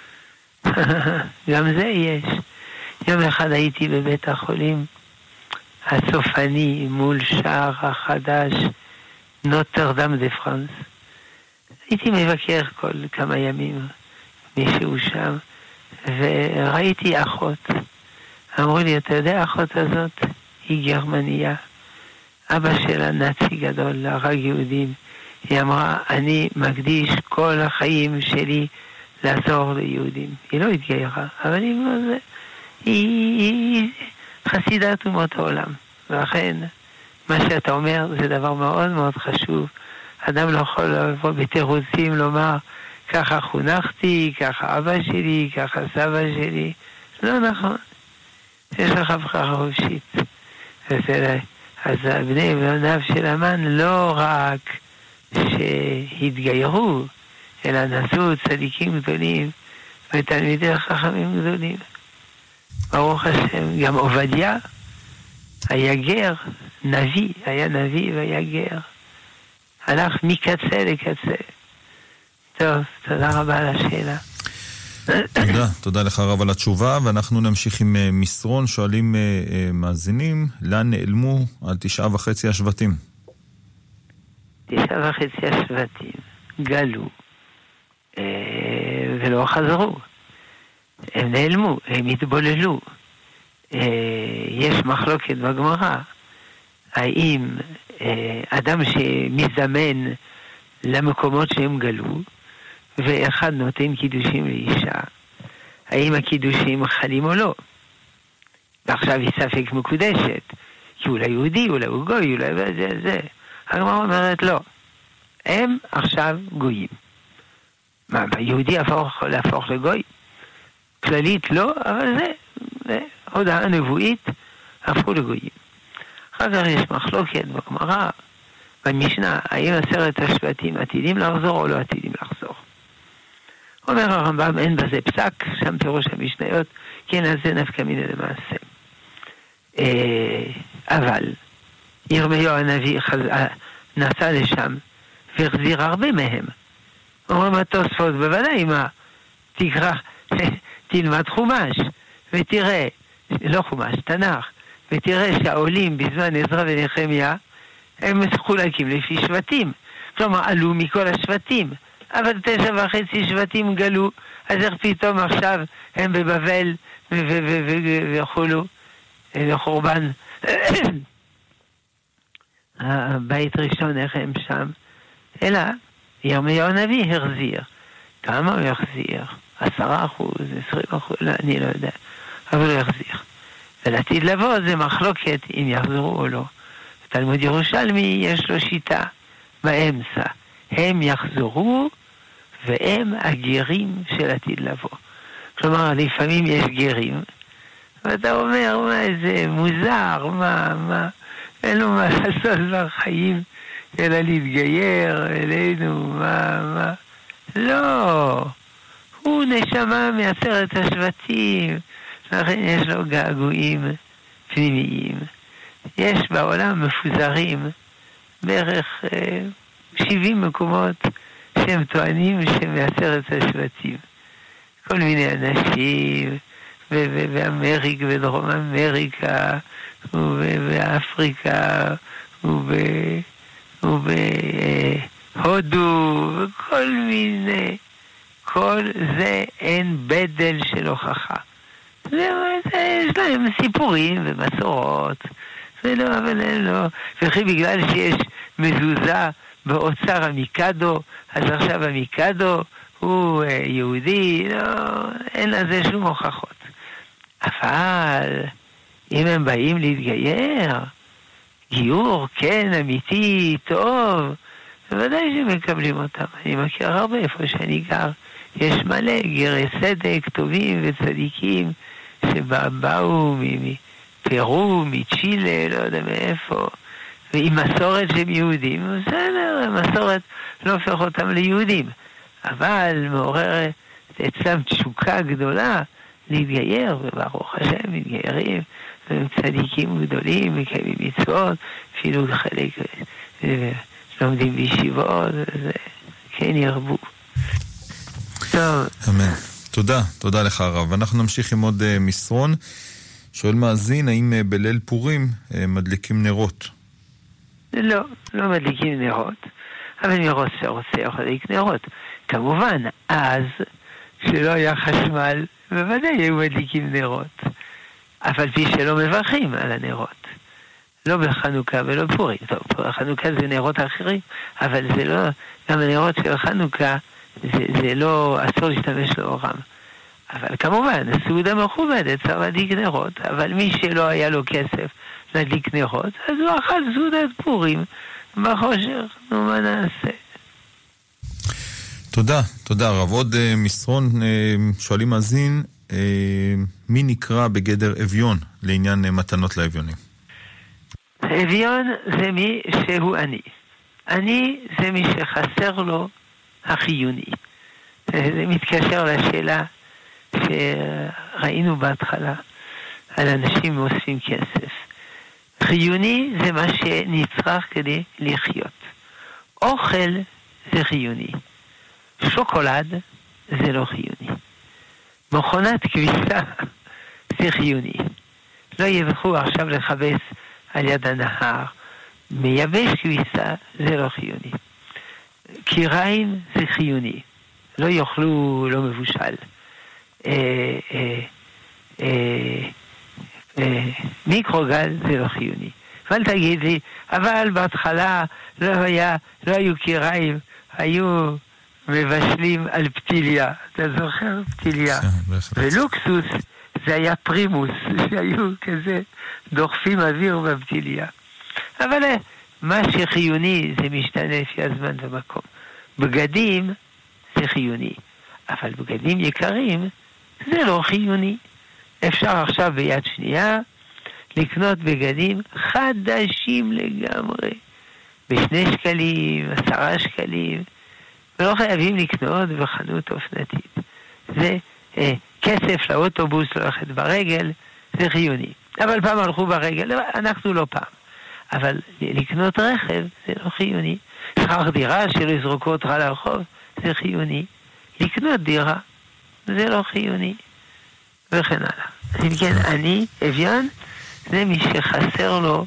S2: גם זה יש. יום אחד הייתי בבית החולים הסופני מול שער החדש נוטרדם דה פרנס. הייתי מבקר כל כמה ימים מישהו שם, וראיתי אחות. אמרו לי, אתה יודע, האחות הזאת היא גרמניה. אבא שלה נאצי גדול, הרג יהודים. היא אמרה, אני מקדיש כל החיים שלי לעזור ליהודים. היא לא התגיירה, אבל היא, היא, היא חסידת אומות העולם. ולכן, מה שאתה אומר זה דבר מאוד מאוד חשוב. אדם לא יכול לבוא בתירוצים לומר, ככה חונכתי, ככה אבא שלי, ככה סבא שלי. לא נכון. יש לך בחירה חופשית. אז בני ובניו של המן לא רק שהתגיירו, אלא נעשו צדיקים גדולים ותלמידי חכמים גדולים. ברוך השם, גם עובדיה היה גר, נביא, היה נביא והיה גר. הלך מקצה לקצה. טוב, תודה רבה על השאלה.
S1: תודה, תודה לך רב על התשובה, ואנחנו נמשיך עם מסרון. שואלים מאזינים, לאן נעלמו על תשעה וחצי השבטים?
S2: תשעה וחצי השבטים גלו ולא חזרו. הם נעלמו, הם התבוללו. יש מחלוקת בגמרא, האם אדם שמזמן למקומות שהם גלו, ואחד נותן קידושים לאישה, האם הקידושים חלים או לא? ועכשיו היא ספק מקודשת, כי אולי יהודי, אולי הוא גוי, אולי זה, זה. הגמרא אומרת לא, הם עכשיו גויים. מה, יהודי יכול להפוך לגוי? כללית לא, אבל זה, זה הודעה נבואית, הפכו לגויים. אחר כך יש מחלוקת בגמרא, במשנה, האם עשרת השבטים עתידים לחזור או לא עתידים לחזור? אומר הרמב"ם, אין בזה פסק, שם פירוש המשניות, כן, אז זה נפקא מינה למעשה. אבל ירמיהו הנביא נסע לשם והחזיר הרבה מהם. אומרים התוספות, בוודאי מה, תקרא, תלמד חומש ותראה, לא חומש, תנ"ך, ותראה שהעולים בזמן עזרא ונחמיה הם מחולקים לפי שבטים, כלומר עלו מכל השבטים, אבל תשע וחצי שבטים גלו, אז איך פתאום עכשיו הם בבבל וכולו לחורבן הבית ראשון, איך הם שם? אלא ירמיהו הנביא החזיר. כמה הוא החזיר? עשרה אחוז, עשרים אחוז, לא, אני לא יודע, אבל הוא החזיר. ולעתיד לבוא זה מחלוקת אם יחזרו או לא. תלמוד ירושלמי יש לו שיטה באמצע, הם יחזרו והם הגרים של עתיד לבוא. כלומר, לפעמים יש גרים, ואתה אומר, מה זה מוזר, מה, מה, אין לו מה לעשות בחיים, אלא להתגייר אלינו, מה, מה. לא, הוא נשמה מעשרת השבטים, לכן יש לו געגועים פנימיים. יש בעולם מפוזרים בערך אה, שבעים מקומות שהם טוענים שהם מעשרת השבטים. כל מיני אנשים, באמריקה, בדרום אמריקה, ובאפריקה, ובהודו, וכל מיני. כל זה אין בדל של הוכחה. יש להם סיפורים ומסורות, ולא, אבל אין לו. וכי בגלל שיש מזוזה באוצר המיקדו, אז עכשיו המיקדו הוא יהודי, לא, אין לזה שום הוכחות. אבל אם הם באים להתגייר, גיור, כן, אמיתי, טוב, בוודאי שמקבלים אותם. אני מכיר הרבה איפה שאני גר, יש מלא גירי צדק, טובים וצדיקים, שבאו מפרו, מצ'ילה, לא יודע מאיפה, ועם מסורת שהם יהודים, בסדר, המסורת לא הופך אותם ליהודים, אבל מעורר אצלם תשוקה גדולה להתגייר, וברוך השם מתגיירים, והם צדיקים גדולים, מקיימים מצוות, אפילו חלק לומדים בישיבות, זה כן ירבו. טוב.
S1: אמן. תודה, תודה לך הרב. אנחנו נמשיך עם עוד uh, מסרון. שואל מאזין, האם uh, בליל פורים uh, מדליקים נרות?
S2: לא, לא מדליקים נרות, אבל מי רוצה יכול להדליק נרות. כמובן, אז שלא היה חשמל, בוודאי היו מדליקים נרות. אבל פי שלא מברכים על הנרות. לא בחנוכה ולא פורים. טוב, חנוכה זה נרות אחרים, אבל זה לא, גם הנרות של חנוכה, זה, זה לא, אסור להשתמש לאורם. אבל כמובן, הסעודה מכובדת, צריך להדליק נרות, אבל מי שלא היה לו כסף להדליק נרות, אז הוא אכל סעודת פורים בחושך. נו, מה נעשה?
S1: תודה, תודה רב. עוד uh, מסרון, uh, שואלים מאזין, uh, מי נקרא בגדר אביון לעניין uh, מתנות לאביונים?
S2: אביון זה מי שהוא אני. אני זה מי שחסר לו החיוני. זה מתקשר לשאלה שראינו בהתחלה על אנשים אוספים כסף. חיוני זה מה שנצרך כדי לחיות. אוכל זה חיוני. שוקולד זה לא חיוני. מכונת כביסה זה חיוני. לא יבחרו עכשיו לחבס על יד הנהר. מייבש כביסה זה לא חיוני. קיריים זה חיוני. לא יאכלו לא מבושל. אה, אה, אה, אה, מיקרוגל זה לא חיוני. אבל תגיד לי, אבל בהתחלה לא היה, לא היו קיריים, היו מבשלים על פתיליה. אתה זוכר? פתיליה. ולוקסוס זה היה פרימוס, שהיו כזה דוחפים אוויר בפתיליה. אבל מה שחיוני זה משתנה לפי הזמן ומקום. בגדים זה חיוני, אבל בגדים יקרים זה לא חיוני. אפשר עכשיו ביד שנייה לקנות בגדים חדשים לגמרי, בשני שקלים, עשרה שקלים, ולא חייבים לקנות בחנות אופנתית. זה אה, כסף לאוטובוס, ללכת ברגל, זה חיוני. אבל פעם הלכו ברגל, אנחנו לא פעם. אבל לקנות רכב זה לא חיוני. שכר דירה שלא יזרוקו אותך לרחוב זה חיוני. לקנות דירה זה לא חיוני. וכן הלאה. אם כן, אני, אביון, זה מי שחסר לו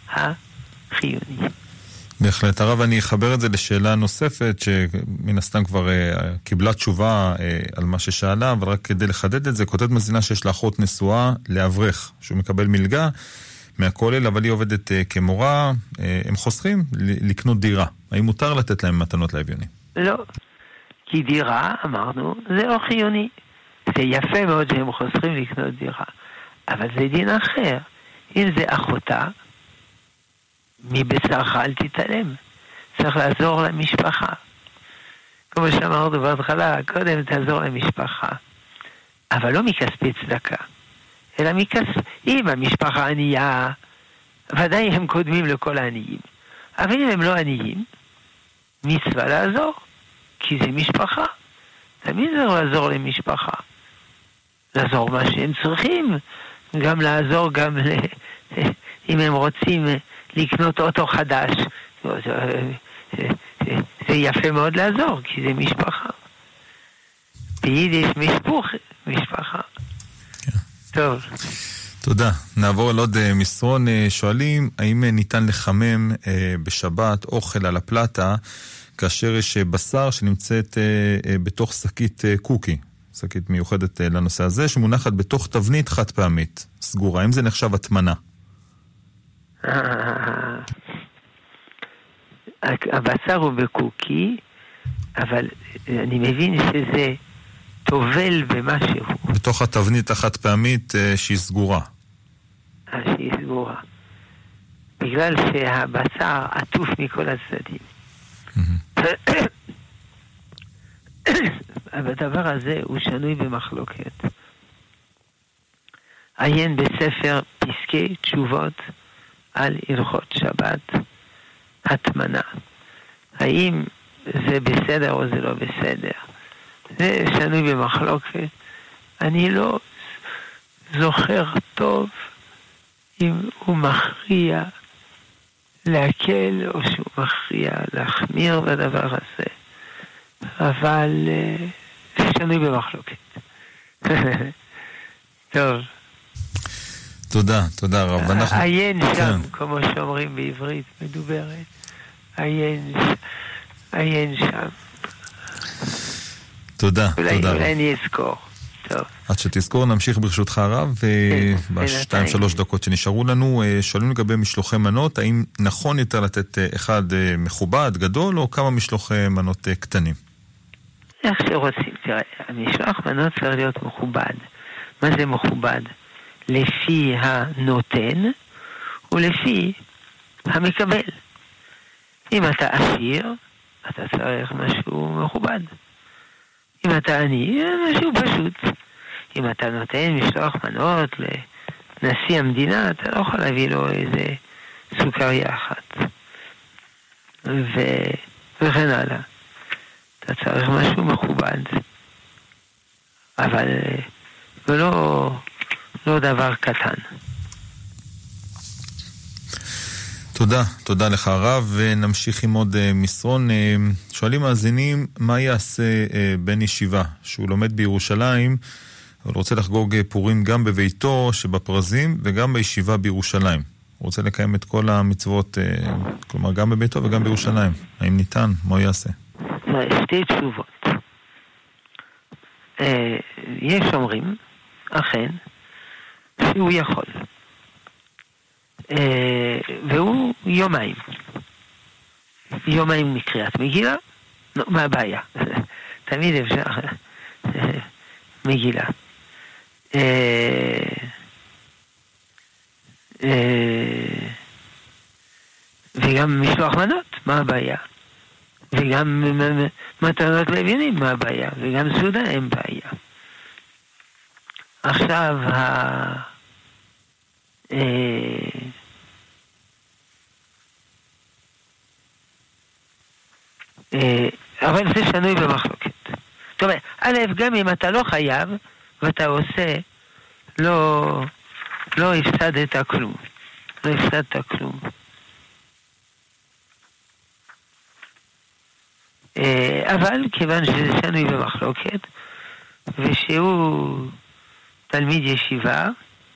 S2: החיוני.
S1: בהחלט. הרב, אני אחבר את זה לשאלה נוספת, שמן הסתם כבר uh, קיבלה תשובה uh, על מה ששאלה, אבל רק כדי לחדד את זה, כותבת מזינה שיש לאחות נשואה לאברך, שהוא מקבל מלגה מהכולל, אבל היא עובדת uh, כמורה, uh, הם חוסכים לקנות דירה. האם מותר לתת להם מתנות לאביונים?
S2: לא. כי דירה, אמרנו, זה לא חיוני. זה יפה מאוד שהם חוסכים לקנות דירה. אבל זה דין אחר. אם זה אחותה, מבשרך אל תתעלם. צריך לעזור למשפחה. כמו שאמרנו בהתחלה, קודם תעזור למשפחה. אבל לא מכספי צדקה. אלא מכספי, אם המשפחה ענייה, ודאי הם קודמים לכל העניים. אבל אם הם לא עניים, מצווה לעזור. כי זה משפחה. תמיד זה לעזור למשפחה. לעזור מה שהם צריכים. גם לעזור גם ל... אם הם רוצים לקנות אוטו חדש. זה, זה, זה יפה מאוד לעזור, כי זה משפחה. ביידיש משפוך, משפחה. כן. טוב.
S1: תודה. נעבור על עוד מסרון. שואלים, האם ניתן לחמם בשבת אוכל על הפלטה, כאשר יש בשר שנמצאת בתוך שקית קוקי, שקית מיוחדת לנושא הזה, שמונחת בתוך תבנית חד פעמית, סגורה. האם זה נחשב התמנה?
S2: הבשר הוא בקוקי, אבל אני מבין שזה טובל במשהו.
S1: בתוך התבנית החד פעמית שהיא סגורה.
S2: שהיא סגורה. בגלל שהבשר עטוף מכל הצדדים. אבל הדבר הזה הוא שנוי במחלוקת. עיין בספר פסקי תשובות על הלכות שבת, הטמנה. האם זה בסדר או זה לא בסדר? זה שנוי במחלוקת. אני לא זוכר טוב אם הוא מכריע להקל או שהוא מכריע להחמיר בדבר הזה. אבל זה שנוי במחלוקת. טוב.
S1: תודה, תודה רב. אנחנו...
S2: עיין שם, כמו שאומרים בעברית מדוברת. עיין, עיין שם.
S1: תודה,
S2: אולי,
S1: תודה
S2: אולי
S1: רב.
S2: אני אזכור. טוב.
S1: עד שתזכור, נמשיך ברשותך רב, בשתיים שלוש דקות שנשארו לנו, שואלים לגבי משלוחי מנות, האם נכון יותר לתת אחד מכובד, גדול, או כמה משלוחי מנות קטנים?
S2: איך שרוצים, תראה, המשלוח מנות צריך להיות מכובד. מה זה מכובד? לפי הנותן ולפי המקבל. אם אתה עשיר, אתה צריך משהו מכובד. אם אתה עני, משהו פשוט. אם אתה נותן משלוח מנות לנשיא המדינה, אתה לא יכול להביא לו איזה סוכריה אחת. ו... וכן הלאה. אתה צריך משהו מכובד. אבל ולא לא דבר קטן.
S1: תודה, תודה לך הרב, ונמשיך עם עוד מסרון. שואלים מאזינים, מה יעשה בן ישיבה שהוא לומד בירושלים, אבל רוצה לחגוג פורים גם בביתו שבפרזים וגם בישיבה בירושלים. הוא רוצה לקיים את כל המצוות, כלומר גם בביתו וגם בירושלים. האם ניתן? מה הוא יעשה?
S2: שתי תשובות. יש אומרים, אכן, שהוא יכול. והוא יומיים. יומיים מקריאת מגילה, לא, מה הבעיה? תמיד אפשר מגילה. וגם משלוח מנות, מה הבעיה? וגם מתנות לוויינים, מה הבעיה? וגם סעודה, אין בעיה. עכשיו, ה... אבל זה שנוי במחלוקת. זאת אומרת, א', גם אם אתה לא חייב ואתה עושה, לא, לא הפסדת כלום. לא הפסדת כלום. אבל כיוון שזה שנוי במחלוקת, ושהוא תלמיד ישיבה,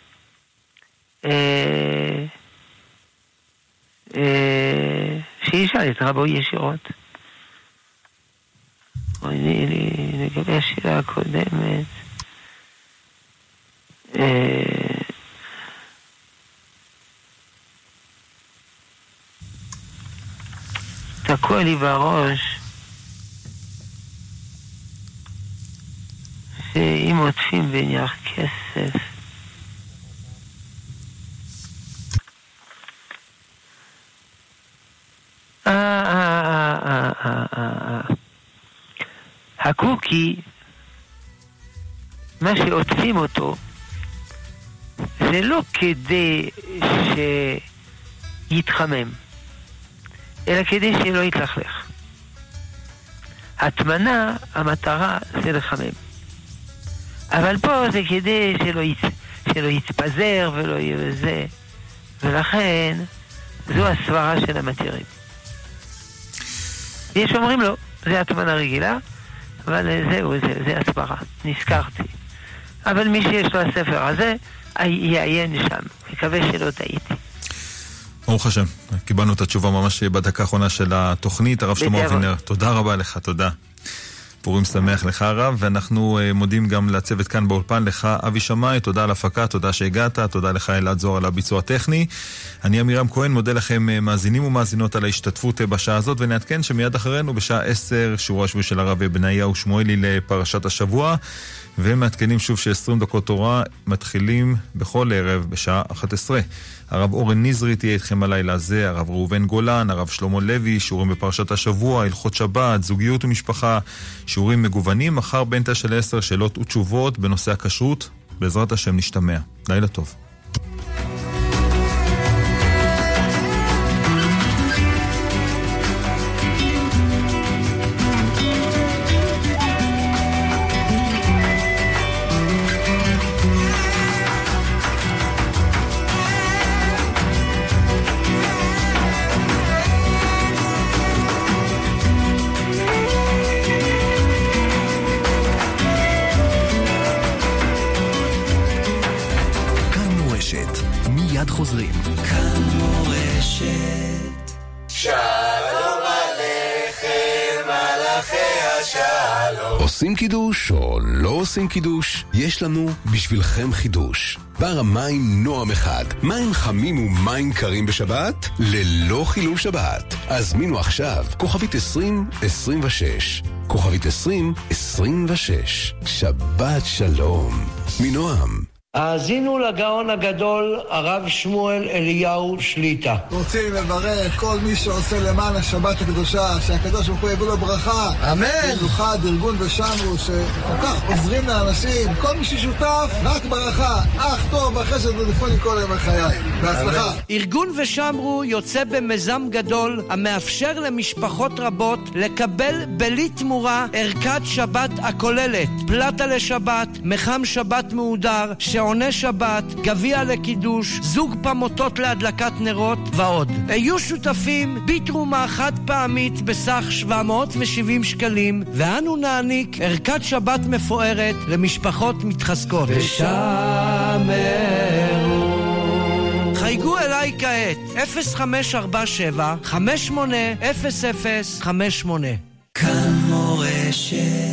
S2: שישאל את רבו ישירות. לגבי השאלה הקודמת, תקוע לי בראש שאם עוטפים בנייר כסף אה אה אה אה אה הקוקי, מה שעוטפים אותו זה לא כדי שיתחמם, אלא כדי שלא יתלכלך. התמנה, המטרה זה לחמם, אבל פה זה כדי שלא, יצ... שלא יתפזר ולא יהיה זה, ולכן זו הסברה של המתירים. יש אומרים לו, זה התמנה רגילה, אבל זהו, זה, זה הסברה, נזכרתי. אבל מי שיש לו הספר הזה, יעיין שם, מקווה שלא טעיתי.
S1: ברוך השם, קיבלנו את התשובה ממש בדקה האחרונה של התוכנית. הרב שלמה אבינר, תודה רבה לך, תודה. פורים שמח לך הרב, ואנחנו מודים גם לצוות כאן באולפן, לך אבי שמאי, תודה על הפקה, תודה שהגעת, תודה לך אלעד זוהר על הביצוע הטכני. אני אמירם כהן, מודה לכם מאזינים ומאזינות על ההשתתפות בשעה הזאת, ונעדכן שמיד אחרינו בשעה עשר, שיעור השבועי של הרב בניהו שמואלי לפרשת השבוע, ומעדכנים שוב ש-עשרים דקות תורה מתחילים בכל ערב בשעה אחת עשרה. הרב אורן נזרי תהיה איתכם הלילה הזה, הרב ראובן גולן, הרב שלמה לוי, שיעורים בפרשת השבוע, הלכות שבת, זוגיות ומשפחה, שיעורים מגוונים, מחר בין תשע לעשר שאלות ותשובות בנושא הכשרות. בעזרת השם נשתמע. לילה טוב.
S8: מיד חוזרים.
S9: כאן מורשת. שלום עליכם מלאכי השלום.
S10: עושים קידוש או לא עושים קידוש? יש לנו בשבילכם חידוש. בר המים נועם אחד. מים חמים ומים קרים בשבת? ללא חילול שבת. הזמינו עכשיו כוכבית עשרים עשרים ושש. כוכבית עשרים עשרים ושש. שבת שלום. מנועם.
S11: האזינו לגאון הגדול הרב שמואל אליהו שליטה.
S12: רוצים לברך כל מי שעושה למען השבת הקדושה, שהקדוש ברוך הוא יביא לו ברכה.
S11: אמן.
S12: במיוחד ארגון ושמרו שכל כך עוזרים לאנשים, כל מי ששותף רק ברכה. אך טוב בחסד ודפוני כל יום בחיי. בהצלחה.
S11: ארגון ושמרו יוצא במיזם גדול המאפשר למשפחות רבות לקבל בלי תמורה ערכת שבת הכוללת פלטה לשבת, מחם שבת מהודר, שעוני שבת, גביע לקידוש, זוג פמוטות להדלקת נרות ועוד. היו שותפים בתרומה חד פעמית בסך שבע מאות ושבעים שקלים, ואנו נעניק ערכת שבת מפוארת למשפחות מתחזקות. ושמרו. חייגו אליי כעת אפס חמש ארבע שבע חמש שמונה אפס אפס חמש שמונה.
S9: כאן מורשת.